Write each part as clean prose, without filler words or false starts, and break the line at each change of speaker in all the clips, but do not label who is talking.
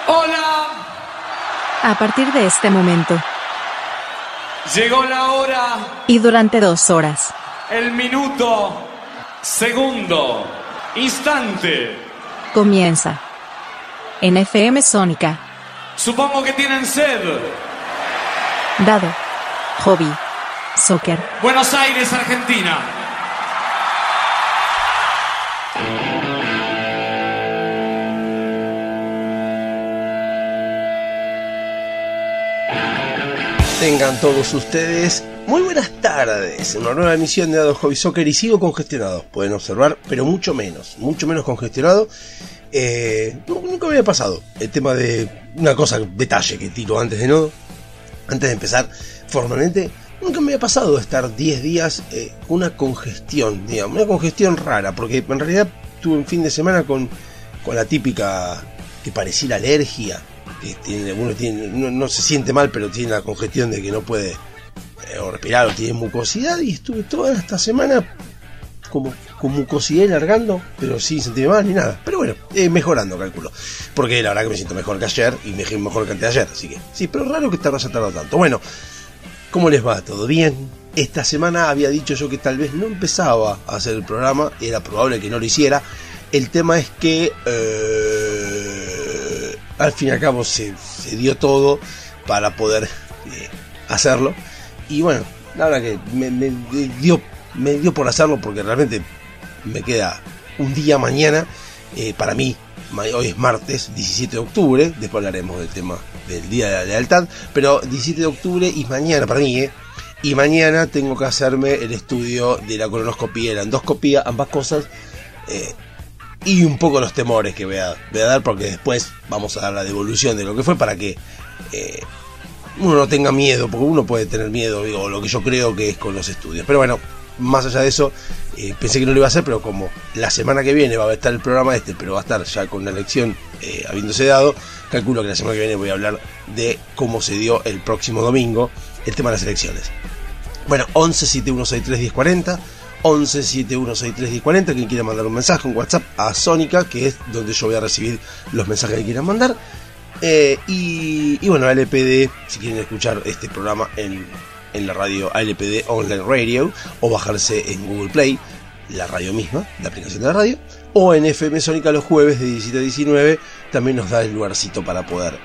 Hola.
A partir de este momento
Llegó la hora,
y durante 2 horas,
el minuto, segundo, instante.
comienza en FM Sónica.
Supongo que tienen sed.
Dado. Hobby. Soccer.
Buenos Aires, Argentina.
Tengan todos ustedes muy buenas tardes. Una nueva emisión de Dado Hobby Soccer y sigo congestionado. Pueden observar, pero mucho menos congestionado. Nunca me había pasado el tema de una cosa, detalle que tiro antes de empezar formalmente. Nunca me había pasado estar 10 días con una congestión, digamos, una congestión rara, porque en realidad tuve un fin de semana con la típica que pareciera alergia. Uno no se siente mal, pero tiene la congestión de que no puede respirar o tiene mucosidad, y estuve toda esta semana como con mucosidad largando, pero sin sentirme mal ni nada. Pero bueno, mejorando, calculo, porque la verdad que me siento mejor que ayer y mejor que antes de ayer, así que sí, pero raro que haya tardado tanto. Bueno, ¿cómo les va? ¿Todo bien? Esta semana había dicho yo que tal vez no empezaba a hacer el programa, era probable que no lo hiciera. El tema es que al fin y al cabo se dio todo para poder hacerlo, y bueno, la verdad que me dio por hacerlo, porque realmente me queda un día mañana. Para mí hoy es martes 17 de octubre, después hablaremos del tema del Día de la Lealtad, pero 17 de octubre y mañana para mí, y mañana tengo que hacerme el estudio de la colonoscopía y la endoscopía, ambas cosas, y un poco los temores que voy a dar, porque después vamos a dar la devolución de lo que fue, para que uno no tenga miedo, porque uno puede tener miedo, o lo que yo creo que es con los estudios. Pero bueno, más allá de eso, pensé que no lo iba a hacer, pero como la semana que viene va a estar el programa pero va a estar ya con la elección habiéndose dado, calculo que la semana que viene voy a hablar de cómo se dio el próximo domingo el tema de las elecciones. Bueno, 11 7163 1040, 11 7163 1040, quien quiera mandar un mensaje, un WhatsApp a Sónica, que es donde yo voy a recibir los mensajes que quieran mandar. Y bueno, LPD, si quieren escuchar este programa en la radio LPD Online Radio, o bajarse en Google Play, la radio misma, la aplicación de la radio, o en FM Sónica los jueves de 17 a 19, también nos da el lugarcito para poder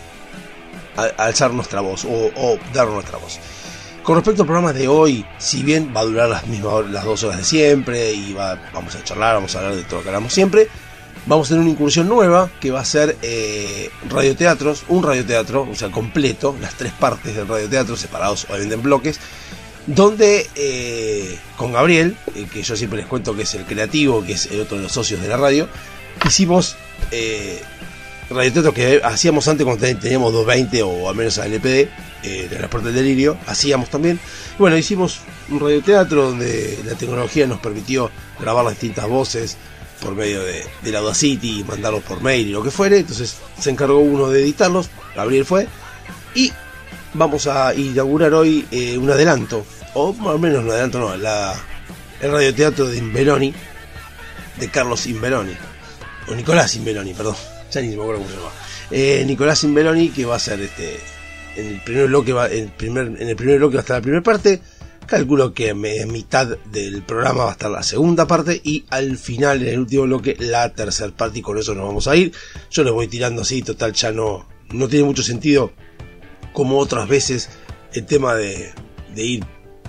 alzar nuestra voz o dar nuestra voz. Con respecto al programa de hoy, si bien va a durar las 2 horas de siempre y vamos a charlar, vamos a hablar de todo lo que hablamos siempre, vamos a tener una incursión nueva que va a ser radioteatros, un radioteatro, o sea, completo, las 3 partes del radioteatro, separados obviamente en bloques, donde con Gabriel, que yo siempre les cuento que es el creativo, que es el otro de los socios de la radio, hicimos radioteatro que hacíamos antes cuando teníamos 220 o al menos a LPD, de la Puerta del Delirio, hacíamos también. Y bueno, hicimos un radioteatro donde la tecnología nos permitió grabar las distintas voces por medio de la Audacity y mandarlos por mail y lo que fuere. Entonces se encargó uno de editarlos, Gabriel fue, y vamos a inaugurar hoy un adelanto, o al menos un adelanto no, el radioteatro de Imbeloni, de Carlos Imbeloni, o Nicolás Imbeloni, perdón, ya ni me acuerdo cómo se llama, Nicolás Imbeloni, que va a ser en el primer bloque va a estar la primera parte. Calculo que en mitad del programa va a estar la segunda parte, y al final, en el último bloque, la tercera parte, y con eso nos vamos a ir. Yo les voy tirando así, total, ya no tiene mucho sentido, como otras veces, el tema de ir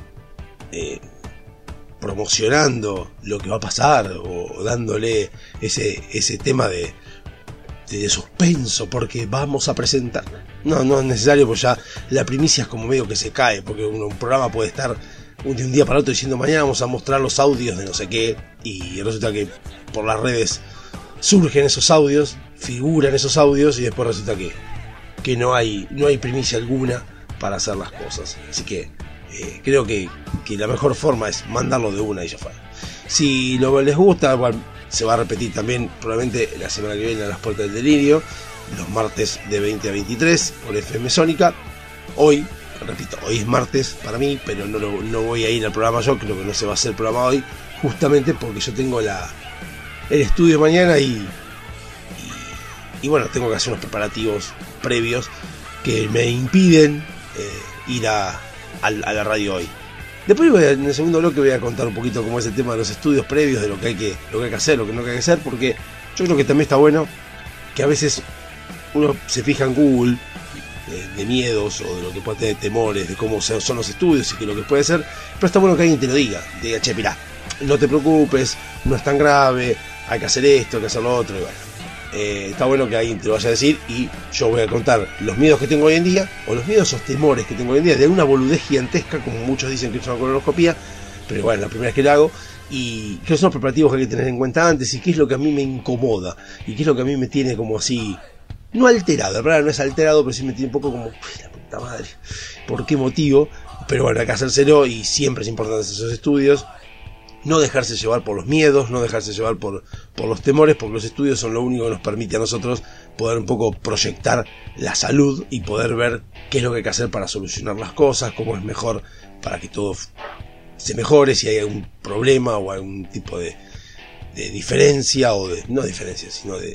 promocionando lo que va a pasar, o dándole ese tema de suspenso, porque vamos a presentar. No es necesario, pues ya la primicia es como medio que se cae, porque un programa puede estar de un día para otro diciendo mañana vamos a mostrar los audios de no sé qué, y resulta que por las redes surgen esos audios, figuran esos audios, y después resulta que no hay primicia alguna para hacer las cosas. Así que creo que la mejor forma es mandarlo de una y ya fue. Si les gusta, bueno, se va a repetir también probablemente la semana que viene a las Puertas del Delirio, los martes de 20 a 23 por FM Sónica. Hoy, repito, hoy es martes para mí, pero no voy a ir al programa yo, creo que no se va a hacer el programa hoy, justamente porque yo tengo el estudio mañana y y bueno, tengo que hacer unos preparativos previos que me impiden ir a la radio hoy. Después en el segundo bloque voy a contar un poquito cómo es el tema de los estudios previos, de lo que hay que hacer, lo que no hay que hacer, porque yo creo que también está bueno que a veces uno se fija en Google de miedos o de lo que puede tener temores, de cómo son los estudios y que lo que puede ser, pero está bueno que alguien te lo diga, che, mirá, no te preocupes, no es tan grave, hay que hacer esto, hay que hacer lo otro, y bueno, está bueno que alguien te lo vaya a decir, y yo voy a contar los miedos que tengo hoy en día, o los miedos o temores que tengo hoy en día, de una boludez gigantesca, como muchos dicen que es una colonoscopía, pero bueno, la primera vez que la hago, y qué son los preparativos que hay que tener en cuenta antes, y qué es lo que a mí me incomoda, y qué es lo que a mí me tiene como así, no alterado, la verdad no es alterado, pero sí me tiene un poco como, la puta madre, ¿por qué motivo? Pero bueno, hay que hacérselo, y siempre es importante hacer esos estudios, no dejarse llevar por los miedos, no dejarse llevar por los temores, porque los estudios son lo único que nos permite a nosotros poder un poco proyectar la salud y poder ver qué es lo que hay que hacer para solucionar las cosas, cómo es mejor para que todo se mejore, si hay algún problema o algún tipo de diferencia, o no diferencia, sino de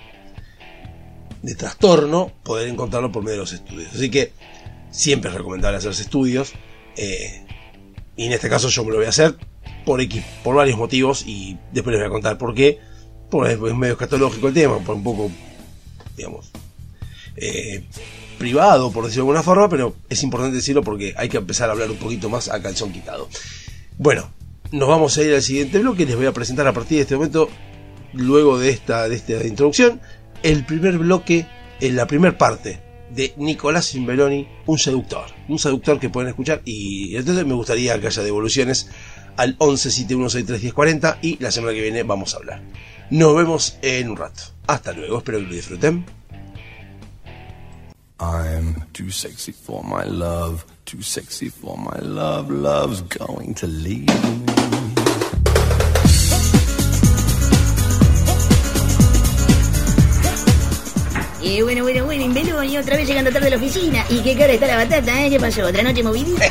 trastorno, poder encontrarlo por medio de los estudios. Así que siempre es recomendable hacerse estudios, y en este caso yo me lo voy a hacer por varios motivos, y después les voy a contar por qué. Es medio escatológico el tema, por un poco, digamos, privado, por decirlo de alguna forma, pero es importante decirlo porque hay que empezar a hablar un poquito más a calzón quitado. Bueno, nos vamos a ir al siguiente bloque. Les voy a presentar a partir de este momento, luego de esta introducción, el primer bloque, en la primera parte de Nicolás Cimbeloni, un seductor que pueden escuchar, y entonces me gustaría que haya devoluciones al 1171631040, y la semana que viene vamos a hablar. Nos vemos en un rato. Hasta luego, espero que lo disfruten.
I'm too sexy for my love, too sexy for my love, love's going to leave me.
Bueno, Imbeloni, otra vez llegando tarde a la oficina. ¿Y qué cara está la batata, ¿Qué pasó? ¿Otra noche movidita?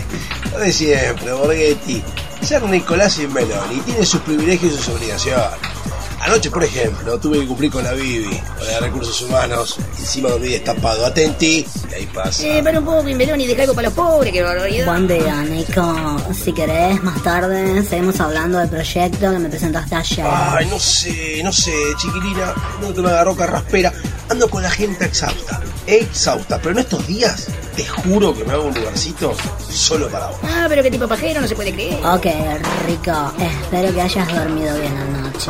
Lo de siempre, Borghetti. Ser Nicolás Cimbeloni tiene sus privilegios y sus obligaciones. Anoche, por ejemplo, tuve que cumplir con la Bibi, con la de Recursos Humanos. Encima dormí destapado. Atenti, y ahí pasa.
Para un poco, Imbeloni, deja algo para los pobres, que barbaridad.
Buen día, Nico. Si querés, más tarde seguimos hablando del proyecto que me presentaste ayer.
Ay, no sé, chiquilina. No te me agarró carraspera. Ando con la gente exhausta, pero en estos días te juro que me hago un lugarcito solo para vos.
Pero qué tipo pajero, no se puede creer.
Ok, Rico, espero que hayas dormido bien anoche.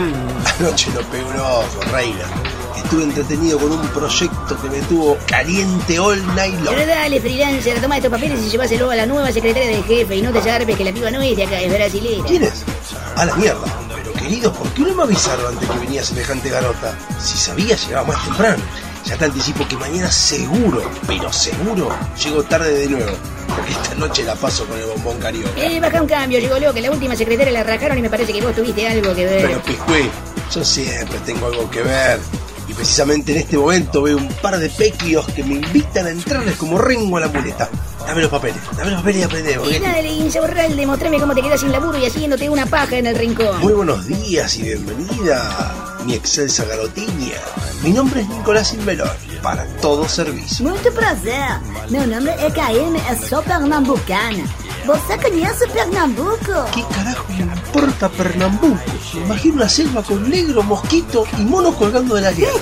Anoche no pegué un ojo, reina. Estuve entretenido con un proyecto que me tuvo caliente all night long.
Pero dale, freelancer, toma estos papeles y lleváselo a la nueva secretaria del jefe, y no te zarpes que la piba no es de acá, es brasilera.
¿Quién es? A la mierda. Pero querido, ¿por qué no me avisaron antes que venía semejante garota? Si sabía, llegaba más temprano. Ya te anticipo que mañana seguro, pero seguro, llego tarde de nuevo, porque esta noche la paso con el bombón carioca.
Baja un cambio, llegó loco, que la última secretaria la rajaron y me parece que vos tuviste algo que ver.
Pero Piscuí, yo siempre tengo algo que ver. Y precisamente en este momento veo un par de pequios que me invitan a entrarles como rengo a la muleta. Dame los papeles y aprende.
Y dale, Insaurralde, mostrame cómo te quedas sin laburo y haciéndote una paja en el rincón.
Muy buenos días y bienvenida, mi excelsa garotinha. Mi nombre es Nicolás Cimbeloni, para todo servicio.
Muito prazer. Meu nome é Caíme, sou pernambucana. Você conhece Pernambuco?
¿Qué carajo me importa Pernambuco? Me imagino una selva con negro, mosquito y monos colgando de la liana.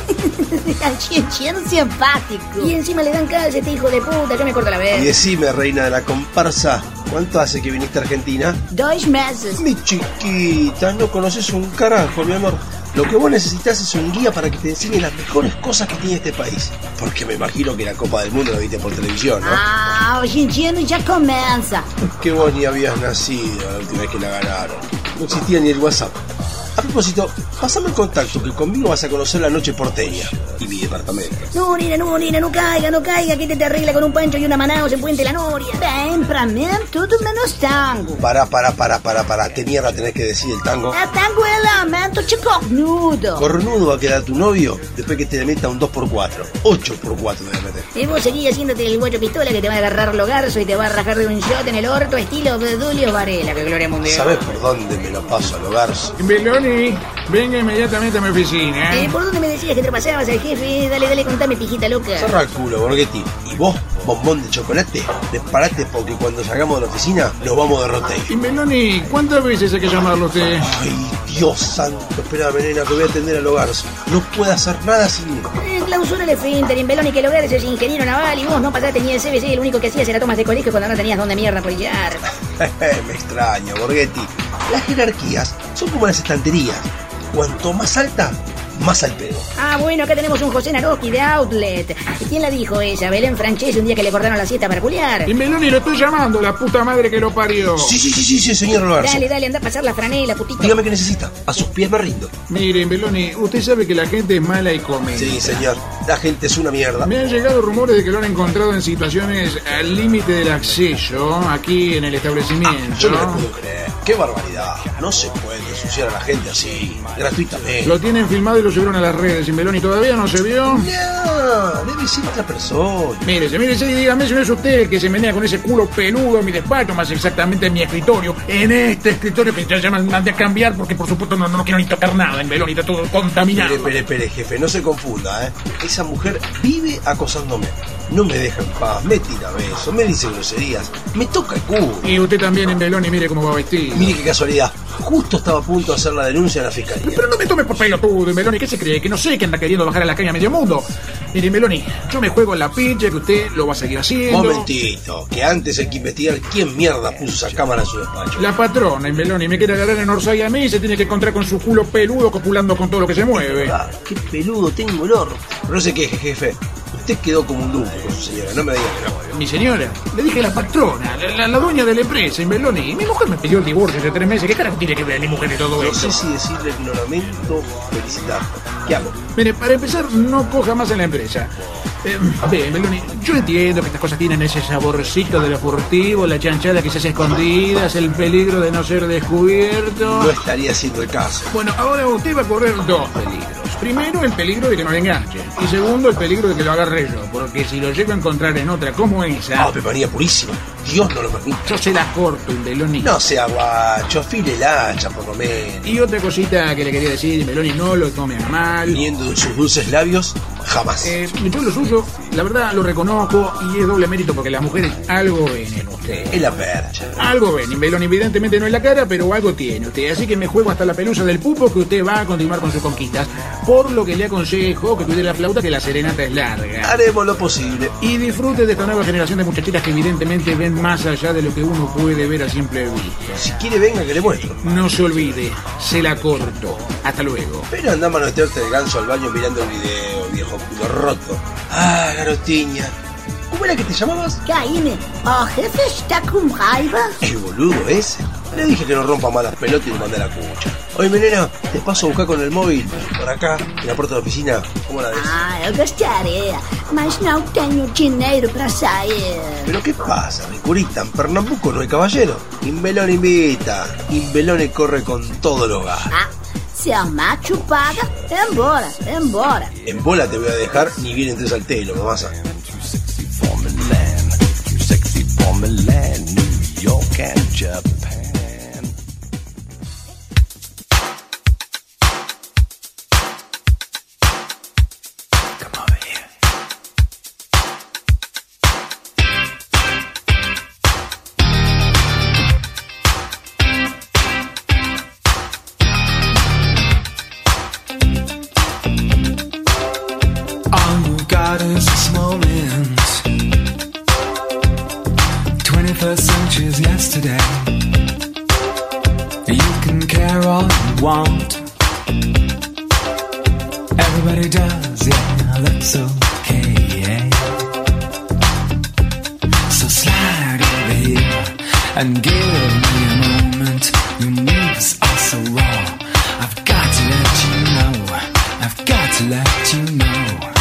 Argentino simpático.
Y encima le dan calza a este hijo de puta, yo me corto la vez.
Y decime, reina de la comparsa, ¿cuánto hace que viniste a Argentina?
2 meses.
Mi chiquita, no conoces un carajo, mi amor. Lo que vos necesitas es un guía para que te enseñe las mejores cosas que tiene este país. Porque me imagino que la Copa del Mundo la viste por televisión, ¿no?
Argentino ya comienza.
Que vos ni habías nacido la última vez que la ganaron. No existía ni el WhatsApp. A propósito, pasame el contacto, que conmigo vas a conocer la noche porteña. y mi departamento.
No, nena, no caiga, que te arregla con un pancho y una Manaus en Puente La Noria.
Bem, pra mim, tudo menos tango.
Pará. ¿Qué mierda tenés que decir el tango?
É tango elemento de cornudo.
Cornudo va a quedar tu novio después que te le meta un 2x4. 8x4 te voy a meter.
Y vos seguís haciéndote el guacho pistola que te va a agarrar los garzos y te va a rajar de un shot en el orto estilo Dulio Varela, que gloria mundial.
¿Sabés por dónde me lo paso a Logarzo?
Beloni, venga inmediatamente a mi oficina.
¿Por dónde me decías que te pasabas al jefe? Dale, contame, pijita loca.
Cerra el culo, Borghetti. ¿Y vos, bombón de chocolate? Preparate porque cuando salgamos de la oficina nos vamos de rotate.
Y Beloni, ¿cuántas veces hay que llamarlo a usted?
Ay, Dios santo. Espera, nena, que voy a atender a Logarzo. No puedo hacer nada sin ir.
Clausura el esfínter, en Beloni, que Logarzo es ingeniero naval y vos no pasaste ni el CBC y lo único que hacías era tomas de colegio cuando no tenías dónde mierda polillar.
Me extraño, Borghetti. Las jerarquías son como las estanterías. Cuanto más alta, más al pedo.
Bueno, acá tenemos un José Naroski de Outlet. ¿Quién la dijo ella? Belén Francesi, un día que le cortaron la siesta para culiar.
Y Beloni, lo estoy llamando, la puta madre que lo parió.
Sí, señor Logarzo.
Dale, anda a pasar la franela, putita.
Dígame qué necesita. A sus pies me rindo.
Miren, Beloni, usted sabe que la gente es mala y come.
Sí, señor. La gente es una mierda.
Me han llegado rumores de que lo han encontrado en situaciones al límite del acceso aquí en el establecimiento.
Yo no me puedo creer. Qué barbaridad. No se puede ensuciar a la gente así, gratuitamente.
Lo tienen filmado y lo subieron a las redes. ¿Y Beloni todavía no se vio?
No, debe ser otra persona.
Mírese y dígame si no es usted el que se menea con ese culo peludo en mi despacho, más exactamente en mi escritorio. En este escritorio que ya me mandé a cambiar porque por supuesto no quiero ni tocar nada en Beloni, está todo contaminado.
Espere, jefe, no se confunda, ¿eh? Esa mujer vive acosándome. No me deja en paz, me tira besos, me dice groserías, me toca el culo.
Y usted también en Beloni, mire cómo va vestido.
Mire qué casualidad, justo estaba a punto de hacer la denuncia a la fiscalía.
Pero no me tome por pelotudo, Beloni, ¿qué se cree? Que no sé que anda queriendo bajar a la calle a medio mundo. Mire, Beloni, yo me juego en la pinche que usted lo va a seguir haciendo.
Momentito, que antes hay que investigar quién mierda puso esa cámara en su despacho.
La patrona en Beloni me quiere agarrar en Orsay a mí y se tiene que encontrar con su culo peludo copulando con todo lo que se mueve.
Qué peludo tengo el horno. Pero no sé qué, jefe. Usted quedó como un dulce con su señora, no me diga que no.
Mi señora, le dije a la patrona, la dueña de la empresa en Beloni. Mi mujer me pidió el divorcio hace 3 meses. ¿Qué carajo tiene que ver mi mujer de todo esto?
No sé si decirle que lo lamento, felicitarlo. ¿Qué hago?
Mire, para empezar, no coja más en la empresa. Ve, Beloni, yo entiendo que estas cosas tienen ese saborcito de lo furtivo, la chanchada que se hace escondidas, el peligro de no ser descubierto.
No estaría haciendo el caso.
Bueno, ahora usted va a correr 2 peligros. Primero, el peligro de que no le enganchen. Y segundo, el peligro de que lo agarre yo. Porque si lo llego a encontrar en otra como esa...
Ave María purísima. Dios no lo permite.
Yo se la corto, Beloni.
No sea guacho, afile el hacha por lo menos.
Y otra cosita que le quería decir, Beloni, no lo tome a mal.
Viniendo de sus dulces labios, jamás.
Yo lo suyo, la verdad, lo reconozco y es doble mérito porque las mujeres algo ven en usted.
Es la percha.
Algo ven, Beloni, evidentemente no en la cara, pero algo tiene usted. Así que me juego hasta la pelusa del pupo que usted va a continuar con sus conquistas. Por lo que le aconsejo que cuide la flauta, que la serenata es larga.
Haremos lo posible.
Y disfrute de esta nueva generación de muchachitas que evidentemente ven más allá de lo que uno puede ver a simple vista.
Si quiere, venga que le muestro.
No se olvide, se la corto. Hasta luego.
Pero anda a manotearte el ganso al baño mirando el video, viejo culo roto. Ah, garotiña. ¿Cómo era que te llamabas?
Caíme, jefe está con raiva.
El boludo ese. Le dije que no rompa más las pelotas y le mandé la cucha. Oye, nena, te paso a buscar con el móvil por acá, en la puerta de la oficina. ¿Cómo la ves?
Eu gostaria, mas não tenho dinheiro pra sair.
¿Pero qué pasa, mi curita? En Pernambuco no hay caballero. Imbelone invita. Imbelone corre con todo el hogar.
Se a macho paga, embora.
En bola te voy a dejar ni bien entres al telo, mamasa.
Too sexy for Milan, New York and Japan.
This moment, 21st century's yesterday. You can care all you want. Everybody does, yeah, that's okay. So slide over here and give me a moment. Your moves are so raw. I've got to let you know.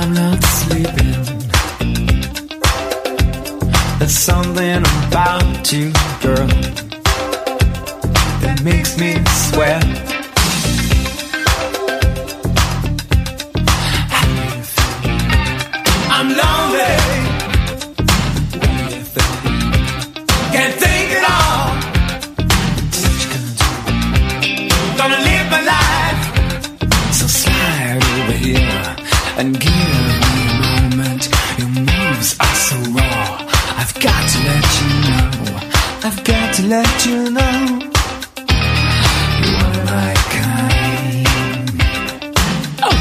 I'm not sleeping. There's something about you, girl, that makes me sweat. How do you feel? I'm lonely. What do you think? Can't think at all. What you gonna do? Gonna live my life. So slide over here and give me a moment. Your moves are so raw. I've got to let you know. I've got to let you know. You are my kind. Oh.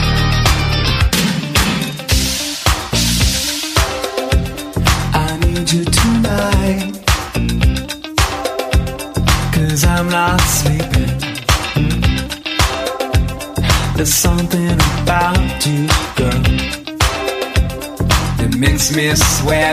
I need you tonight, 'cause I'm not sleeping. There's something about you, girl, that makes me sweat.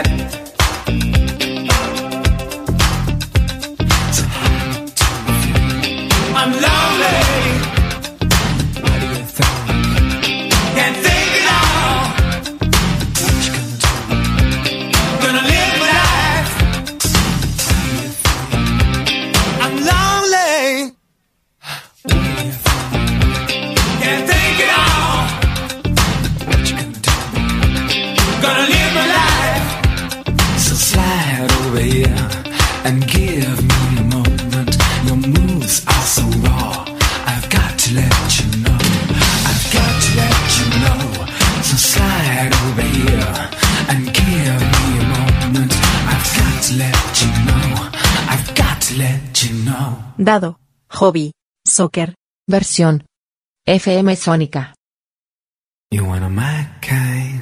So how do you feel? I'm lonely. What do you think? Can't think at all. What you gonna do? Gonna live my life. How do you feel? I'm lonely. What do you think? Can't think at all. What you gonna do? Gonna live my life. So slide over here and give me a moment. Your moves are so raw. I've got to let you know. I've got to let you know. So slide over here and give me a moment. I've got to let you know. I've got to let you know.
Dado, hobby, soccer, versión FM Sónica.
You wanna my kind.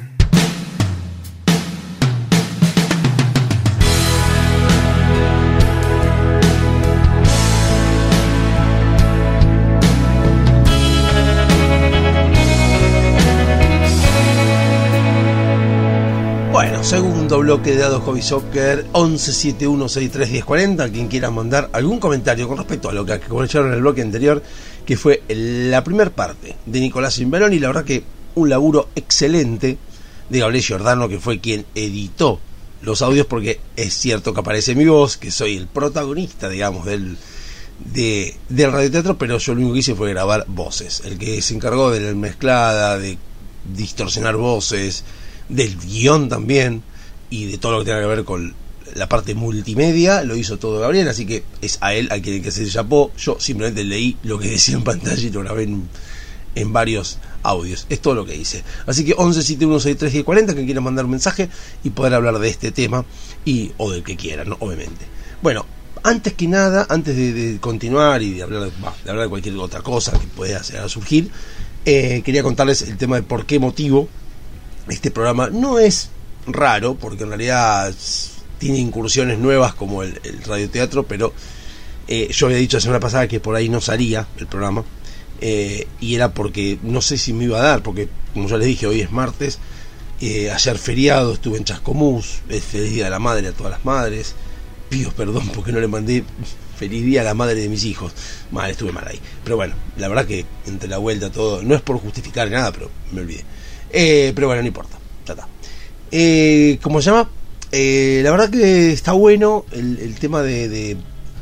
Bueno, segundo bloque de Dado Hobby Soccer, 1171631040. Quien quiera mandar algún comentario con respecto a lo que escucharon en el bloque anterior, que fue la primera parte de Nicolás Inveroni. La verdad que un laburo excelente de Gabriel Giordano, que fue quien editó los audios, porque es cierto que aparece mi voz, que soy el protagonista, digamos, del radioteatro, pero yo lo único que hice fue grabar voces. El que se encargó de la mezclada, de distorsionar voces, del guión también, y de todo lo que tenga que ver con la parte multimedia, lo hizo todo Gabriel, así que es a él a quien hay que hacer el chapó. Yo simplemente leí lo que decía en pantalla y lo grabé en varios audios. Es todo lo que hice. Así que 1171631040, que quiera mandar un mensaje y poder hablar de este tema, o del que quieran, ¿no? Obviamente. Bueno, antes que nada, antes de continuar y de hablar de cualquier otra cosa que pueda surgir, quería contarles el tema de por qué motivo este programa no es raro, porque en realidad tiene incursiones nuevas como el radioteatro, pero yo había dicho la semana pasada que por ahí no salía el programa, y era porque no sé si me iba a dar, porque como ya les dije, hoy es martes, ayer feriado, estuve en Chascomús, es feliz día de la madre a todas las madres, pido perdón porque no le mandé feliz día a la madre de mis hijos, estuve mal ahí, pero bueno, la verdad que entre la vuelta todo, no es por justificar nada, pero me olvidé. Pero bueno, no importa, ya está. ¿Cómo se llama? La verdad que está bueno el tema de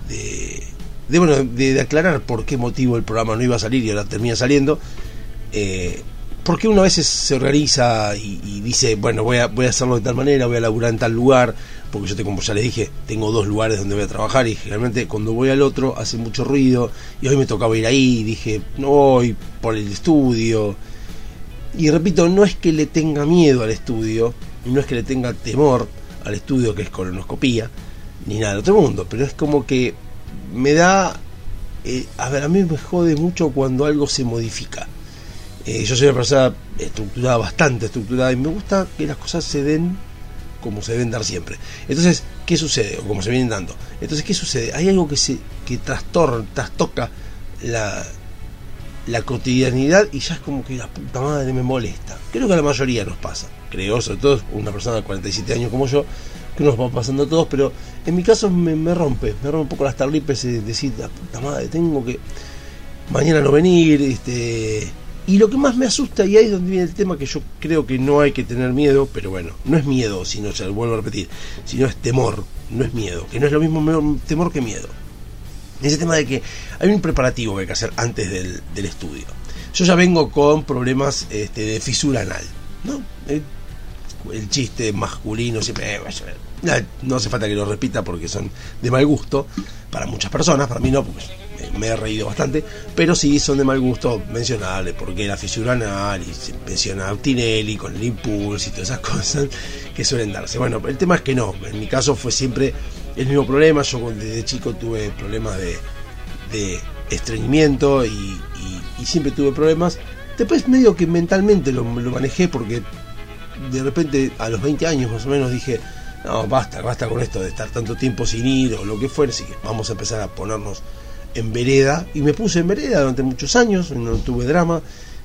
aclarar por qué motivo el programa no iba a salir y ahora termina saliendo. Porque uno a veces se organiza y dice, bueno, voy a hacerlo de tal manera, voy a laburar en tal lugar, porque yo como ya les dije, tengo 2 lugares donde voy a trabajar, y generalmente cuando voy al otro hace mucho ruido, y hoy me tocaba ir ahí, y dije, no voy por el estudio. Y repito, no es que le tenga miedo al estudio, no es que le tenga temor al estudio, que es colonoscopía, ni nada del otro mundo, pero es como que me da, a mí me jode mucho cuando algo se modifica. Yo soy una persona estructurada, bastante estructurada, y me gusta que las cosas se den como se deben dar siempre. Entonces, ¿qué sucede? O como se vienen dando. Entonces, ¿qué sucede? Hay algo que trastoca la cotidianidad, y ya es como que la puta madre me molesta. Creo que a la mayoría nos pasa, creo, sobre todo una persona de 47 años como yo, que nos va pasando a todos, pero en mi caso me rompe un poco las tarlipes, decir, la puta madre, tengo que mañana no venir, Y lo que más me asusta, y ahí es donde viene el tema, que yo creo que no hay que tener miedo, pero bueno, no es miedo, sino, ya lo vuelvo a repetir, sino es temor, no es miedo, que no es lo mismo temor que miedo. Ese tema de que hay un preparativo que hay que hacer antes del estudio. Yo ya vengo con problemas de fisura anal, ¿no? El chiste masculino siempre... no hace falta que lo repita porque son de mal gusto para muchas personas, para mí no, porque me he reído bastante, pero sí son de mal gusto mencionarle, porque la fisura anal, y se menciona a Tinelli con el impulso y todas esas cosas que suelen darse. Bueno, el tema es que no, en mi caso fue siempre el mismo problema. Yo desde chico tuve problemas de estreñimiento y siempre tuve problemas. Después medio que mentalmente lo manejé, porque de repente a los 20 años más o menos dije, no, basta con esto de estar tanto tiempo sin ir o lo que fuera, así que vamos a empezar a ponernos en vereda. Y me puse en vereda durante muchos años, no tuve drama,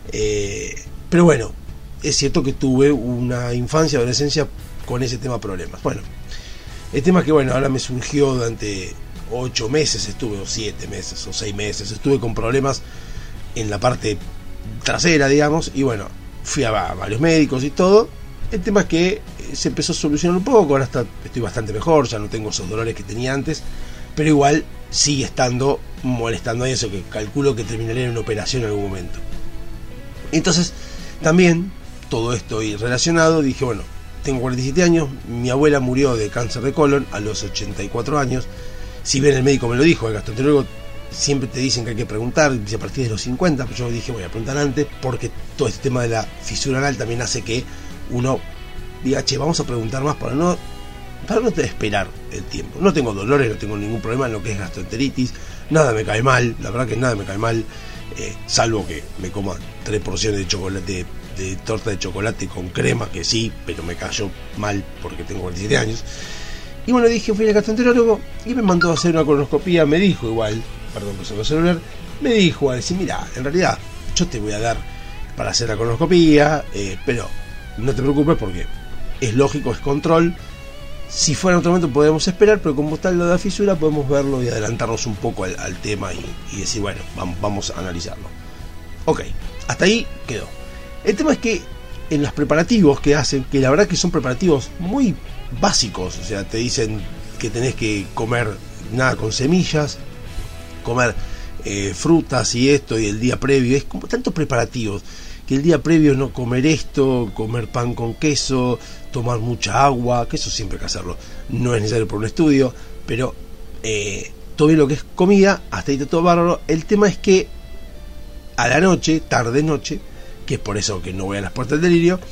pero bueno, es cierto que tuve una infancia, adolescencia con ese tema de problemas. Bueno, el tema es que bueno, ahora me surgió durante 8 meses, estuve, o 7 meses, o 6 meses, estuve con problemas en la parte trasera, digamos, y bueno, fui a varios médicos y todo. El tema es que se empezó a solucionar un poco, ahora estoy bastante mejor, ya no tengo esos dolores que tenía antes, pero igual sigue estando molestando a eso, que calculo que terminaré en una operación en algún momento. Entonces, también, todo esto y relacionado, dije, bueno, tengo 47 años, mi abuela murió de cáncer de colon a los 84 años, si bien el médico me lo dijo, el gastroenterólogo siempre te dicen que hay que preguntar a partir de los 50, pero yo dije voy a preguntar antes, porque todo este tema de la fisura anal también hace que uno diga, che, vamos a preguntar más para no esperar el tiempo. No tengo dolores, no tengo ningún problema en lo que es gastroenteritis, nada me cae mal, la verdad que nada me cae mal, salvo que me coma 3 porciones de chocolate, de torta de chocolate con crema, que sí, pero me cayó mal porque tengo 47 años. Y bueno, dije, fui al gastroenterólogo y me mandó a hacer una colonoscopía. Me dijo igual, perdón que se lo celular, me dijo a decir, mira, en realidad yo te voy a dar para hacer la colonoscopía, pero no te preocupes porque es lógico, es control. Si fuera en otro momento podemos esperar, pero como está lo de la fisura podemos verlo y adelantarnos un poco al tema y decir, bueno, vamos a analizarlo. Ok, hasta ahí quedó. El tema es que en los preparativos que hacen, que la verdad que son preparativos muy básicos, o sea, te dicen que tenés que comer nada con semillas, comer frutas y esto, y el día previo, es como tantos preparativos, que el día previo no comer esto, comer pan con queso, tomar mucha agua, que eso siempre hay que hacerlo, no es necesario por un estudio, pero todo bien lo que es comida, hasta ahí está todo bárbaro. El tema es que a la noche, tarde noche, que es por eso que no voy a las puertas del delirio,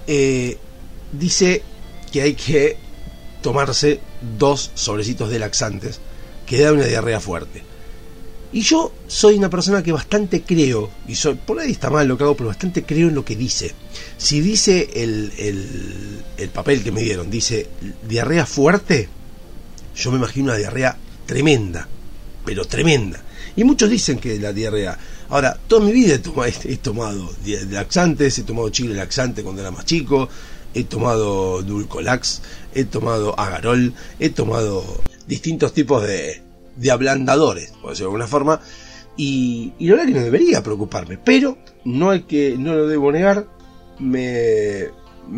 dice que hay que tomarse 2 sobrecitos de laxantes que da una diarrea fuerte. Y yo soy una persona que bastante creo, y por ahí está mal lo que hago, pero bastante creo en lo que dice. Si dice el papel que me dieron, dice diarrea fuerte, yo me imagino una diarrea tremenda, pero tremenda. Y muchos dicen que la diarrea... Ahora, toda mi vida he tomado laxantes, he tomado chicle laxante cuando era más chico, he tomado Dulcolax, he tomado Agarol, he tomado distintos tipos de ablandadores, por decirlo de alguna forma, y la verdad que no debería preocuparme, pero no lo debo negar, me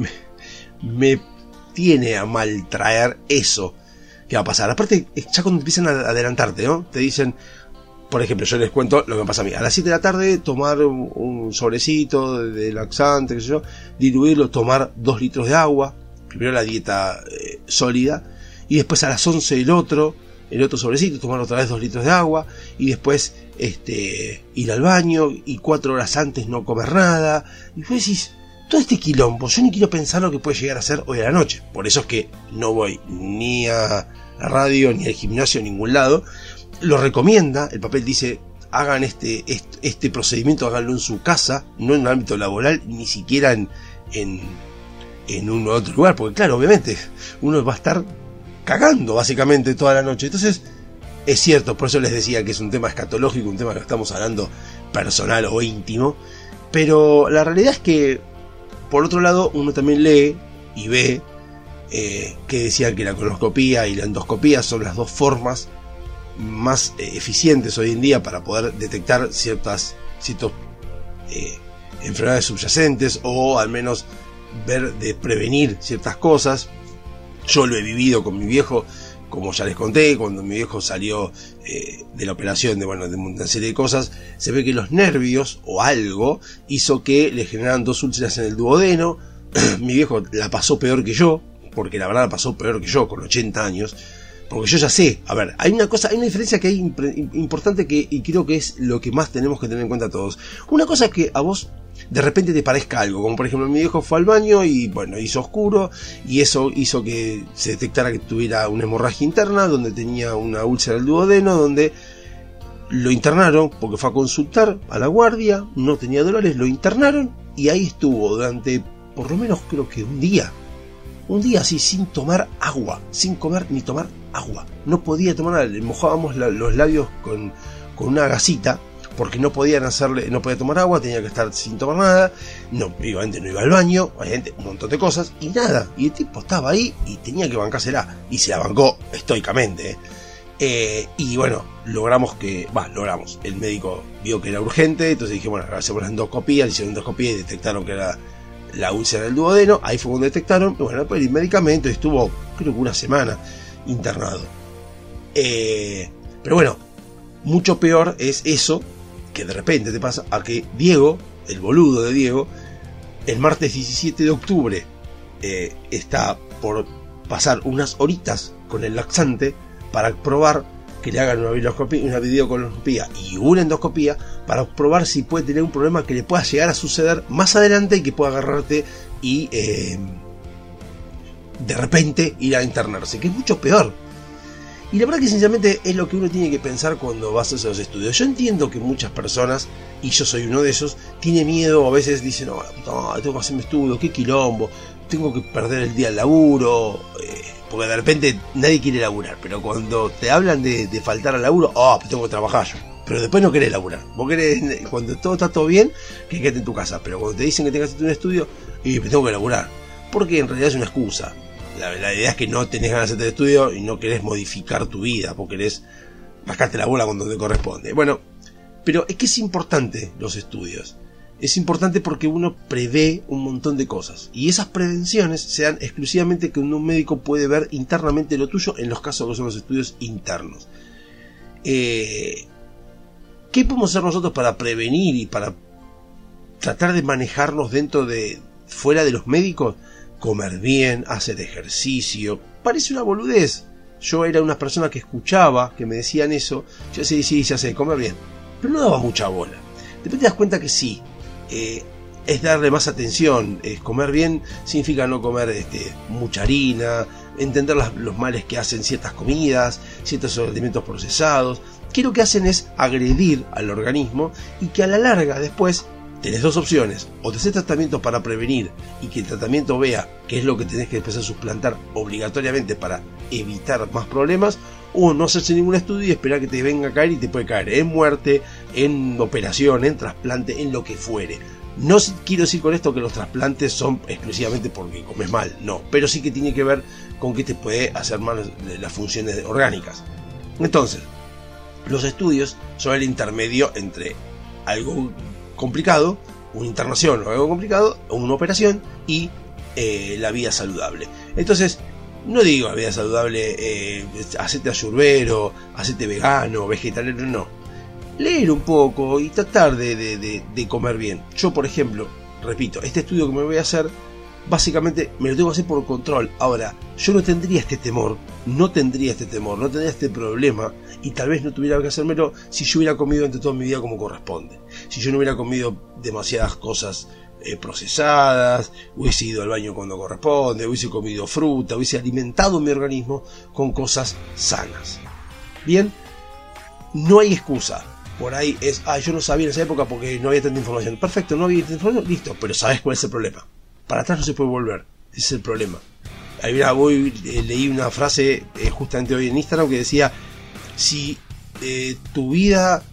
tiene a mal traer eso que va a pasar. Aparte, ya cuando empiezan a adelantarte, ¿no? Te dicen, por ejemplo, yo les cuento lo que pasa a mí. A las 7 de la tarde, tomar un sobrecito de laxante, qué sé yo, diluirlo, tomar 2 litros de agua, primero la dieta sólida, y después a las 11 el otro sobrecito, tomar otra vez 2 litros de agua, y después ir al baño, y 4 horas antes no comer nada. Y vos decís, todo este quilombo, yo ni quiero pensar lo que puede llegar a ser hoy a la noche. Por eso es que no voy ni a la radio, ni al gimnasio, a ningún lado. Lo recomienda, el papel dice, hagan este procedimiento, háganlo en su casa, no en un ámbito laboral, ni siquiera en un otro lugar, porque claro, obviamente, uno va a estar cagando básicamente toda la noche. Entonces, es cierto, por eso les decía que es un tema escatológico, un tema que estamos hablando personal o íntimo, pero la realidad es que, por otro lado, uno también lee y ve que decía que la colonoscopía y la endoscopía son las 2 formas más eficientes hoy en día para poder detectar ciertos enfermedades subyacentes o al menos ver de prevenir ciertas cosas. Yo lo he vivido con mi viejo, como ya les conté, cuando mi viejo salió de la operación de una serie de cosas, se ve que los nervios o algo hizo que le generaran 2 úlceras en el duodeno. Mi viejo la pasó peor que yo, porque la verdad la pasó peor que yo, con 80 años. Porque yo ya sé, a ver, hay una diferencia que hay importante y creo que es lo que más tenemos que tener en cuenta todos. Una cosa es que a vos de repente te parezca algo, como por ejemplo mi viejo fue al baño y bueno, hizo oscuro y eso hizo que se detectara que tuviera una hemorragia interna, donde tenía una úlcera del duodeno, donde lo internaron porque fue a consultar a la guardia, no tenía dolores, lo internaron y ahí estuvo durante por lo menos creo que un día así sin tomar agua, sin comer ni tomar agua, no podía tomar nada, le mojábamos los labios con una gasita porque no podía tomar agua, tenía que estar sin tomar nada, obviamente no iba al baño, obviamente un montón de cosas y nada, y el tipo estaba ahí y tenía que bancársela y se la bancó estoicamente, y bueno, el médico vio que era urgente, entonces dije, bueno, hacemos la endoscopía, le hicieron endoscopía y detectaron que era la úlcera del duodeno, ahí fue donde detectaron, y bueno, pues el medicamento estuvo creo que una semana internado, pero bueno, mucho peor es eso que de repente te pasa a que Diego, el boludo de Diego, el martes 17 de octubre está por pasar unas horitas con el laxante para probar que le hagan una videocolonoscopía y una endoscopía para probar si puede tener un problema que le pueda llegar a suceder más adelante y que pueda agarrarte y de repente ir a internarse, que es mucho peor. Y la verdad que sinceramente es lo que uno tiene que pensar cuando vas a hacer los estudios. Yo entiendo que muchas personas, y yo soy uno de esos, tiene miedo, a veces dicen, no, tengo que hacerme estudio, qué quilombo, tengo que perder el día al laburo, porque de repente nadie quiere laburar, pero cuando te hablan de faltar al laburo, tengo que trabajar yo. Pero después no querés laburar, vos querés, cuando todo está todo bien, que quedate en tu casa, pero cuando te dicen que tengas que hacer un estudio, tengo que laburar, porque en realidad es una excusa. La idea es que no tenés ganas de hacer el estudio y no querés modificar tu vida, porque querés rascarte la bola cuando te corresponde. Bueno, pero es que es importante los estudios. Es importante porque uno prevé un montón de cosas. Y esas prevenciones se dan exclusivamente que un médico puede ver internamente lo tuyo en los casos que son los estudios internos. ¿Qué podemos hacer nosotros para prevenir y para tratar de manejarnos fuera de los médicos? Comer bien, hacer ejercicio. Parece una boludez. Yo era una persona que escuchaba, que me decían eso. Yo sí, ya sé, comer bien. Pero no daba mucha bola. Después te das cuenta que sí. Es darle más atención. Comer bien significa no comer mucha harina. Entender los males que hacen ciertas comidas, ciertos alimentos procesados. Que lo que hacen es agredir al organismo y que a la larga después tenés 2 opciones: o te haces tratamientos para prevenir y que el tratamiento vea qué es lo que tenés que empezar a suplantar obligatoriamente para evitar más problemas, o no hacerse ningún estudio y esperar que te venga a caer, y te puede caer en muerte, en operación, en trasplante, en lo que fuere. No quiero decir con esto que los trasplantes son exclusivamente porque comes mal, no, pero sí que tiene que ver con que te puede hacer mal las funciones orgánicas. Entonces, los estudios son el intermedio entre algo complicado, una internación o algo complicado, o una operación, y la vida saludable. Entonces, no digo la vida saludable, hacete ayurvero, hacete vegano, vegetariano, no. Leer un poco y tratar de comer bien. Yo, por ejemplo, repito, este estudio que me voy a hacer, básicamente me lo tengo que hacer por control. Ahora, yo no tendría este temor, no tendría este problema, y tal vez no tuviera que hacérmelo si yo hubiera comido entre toda mi vida como corresponde. Si yo no hubiera comido demasiadas cosas procesadas, hubiese ido al baño cuando corresponde, hubiese comido fruta, hubiese alimentado mi organismo con cosas sanas. Bien, no hay excusa. Por ahí es, yo no sabía en esa época porque no había tanta información. Perfecto, no había tanta información, listo, pero sabes cuál es el problema. Para atrás no se puede volver, ese es el problema. Ahí mira, leí una frase justamente hoy en Instagram que decía: si tu vida,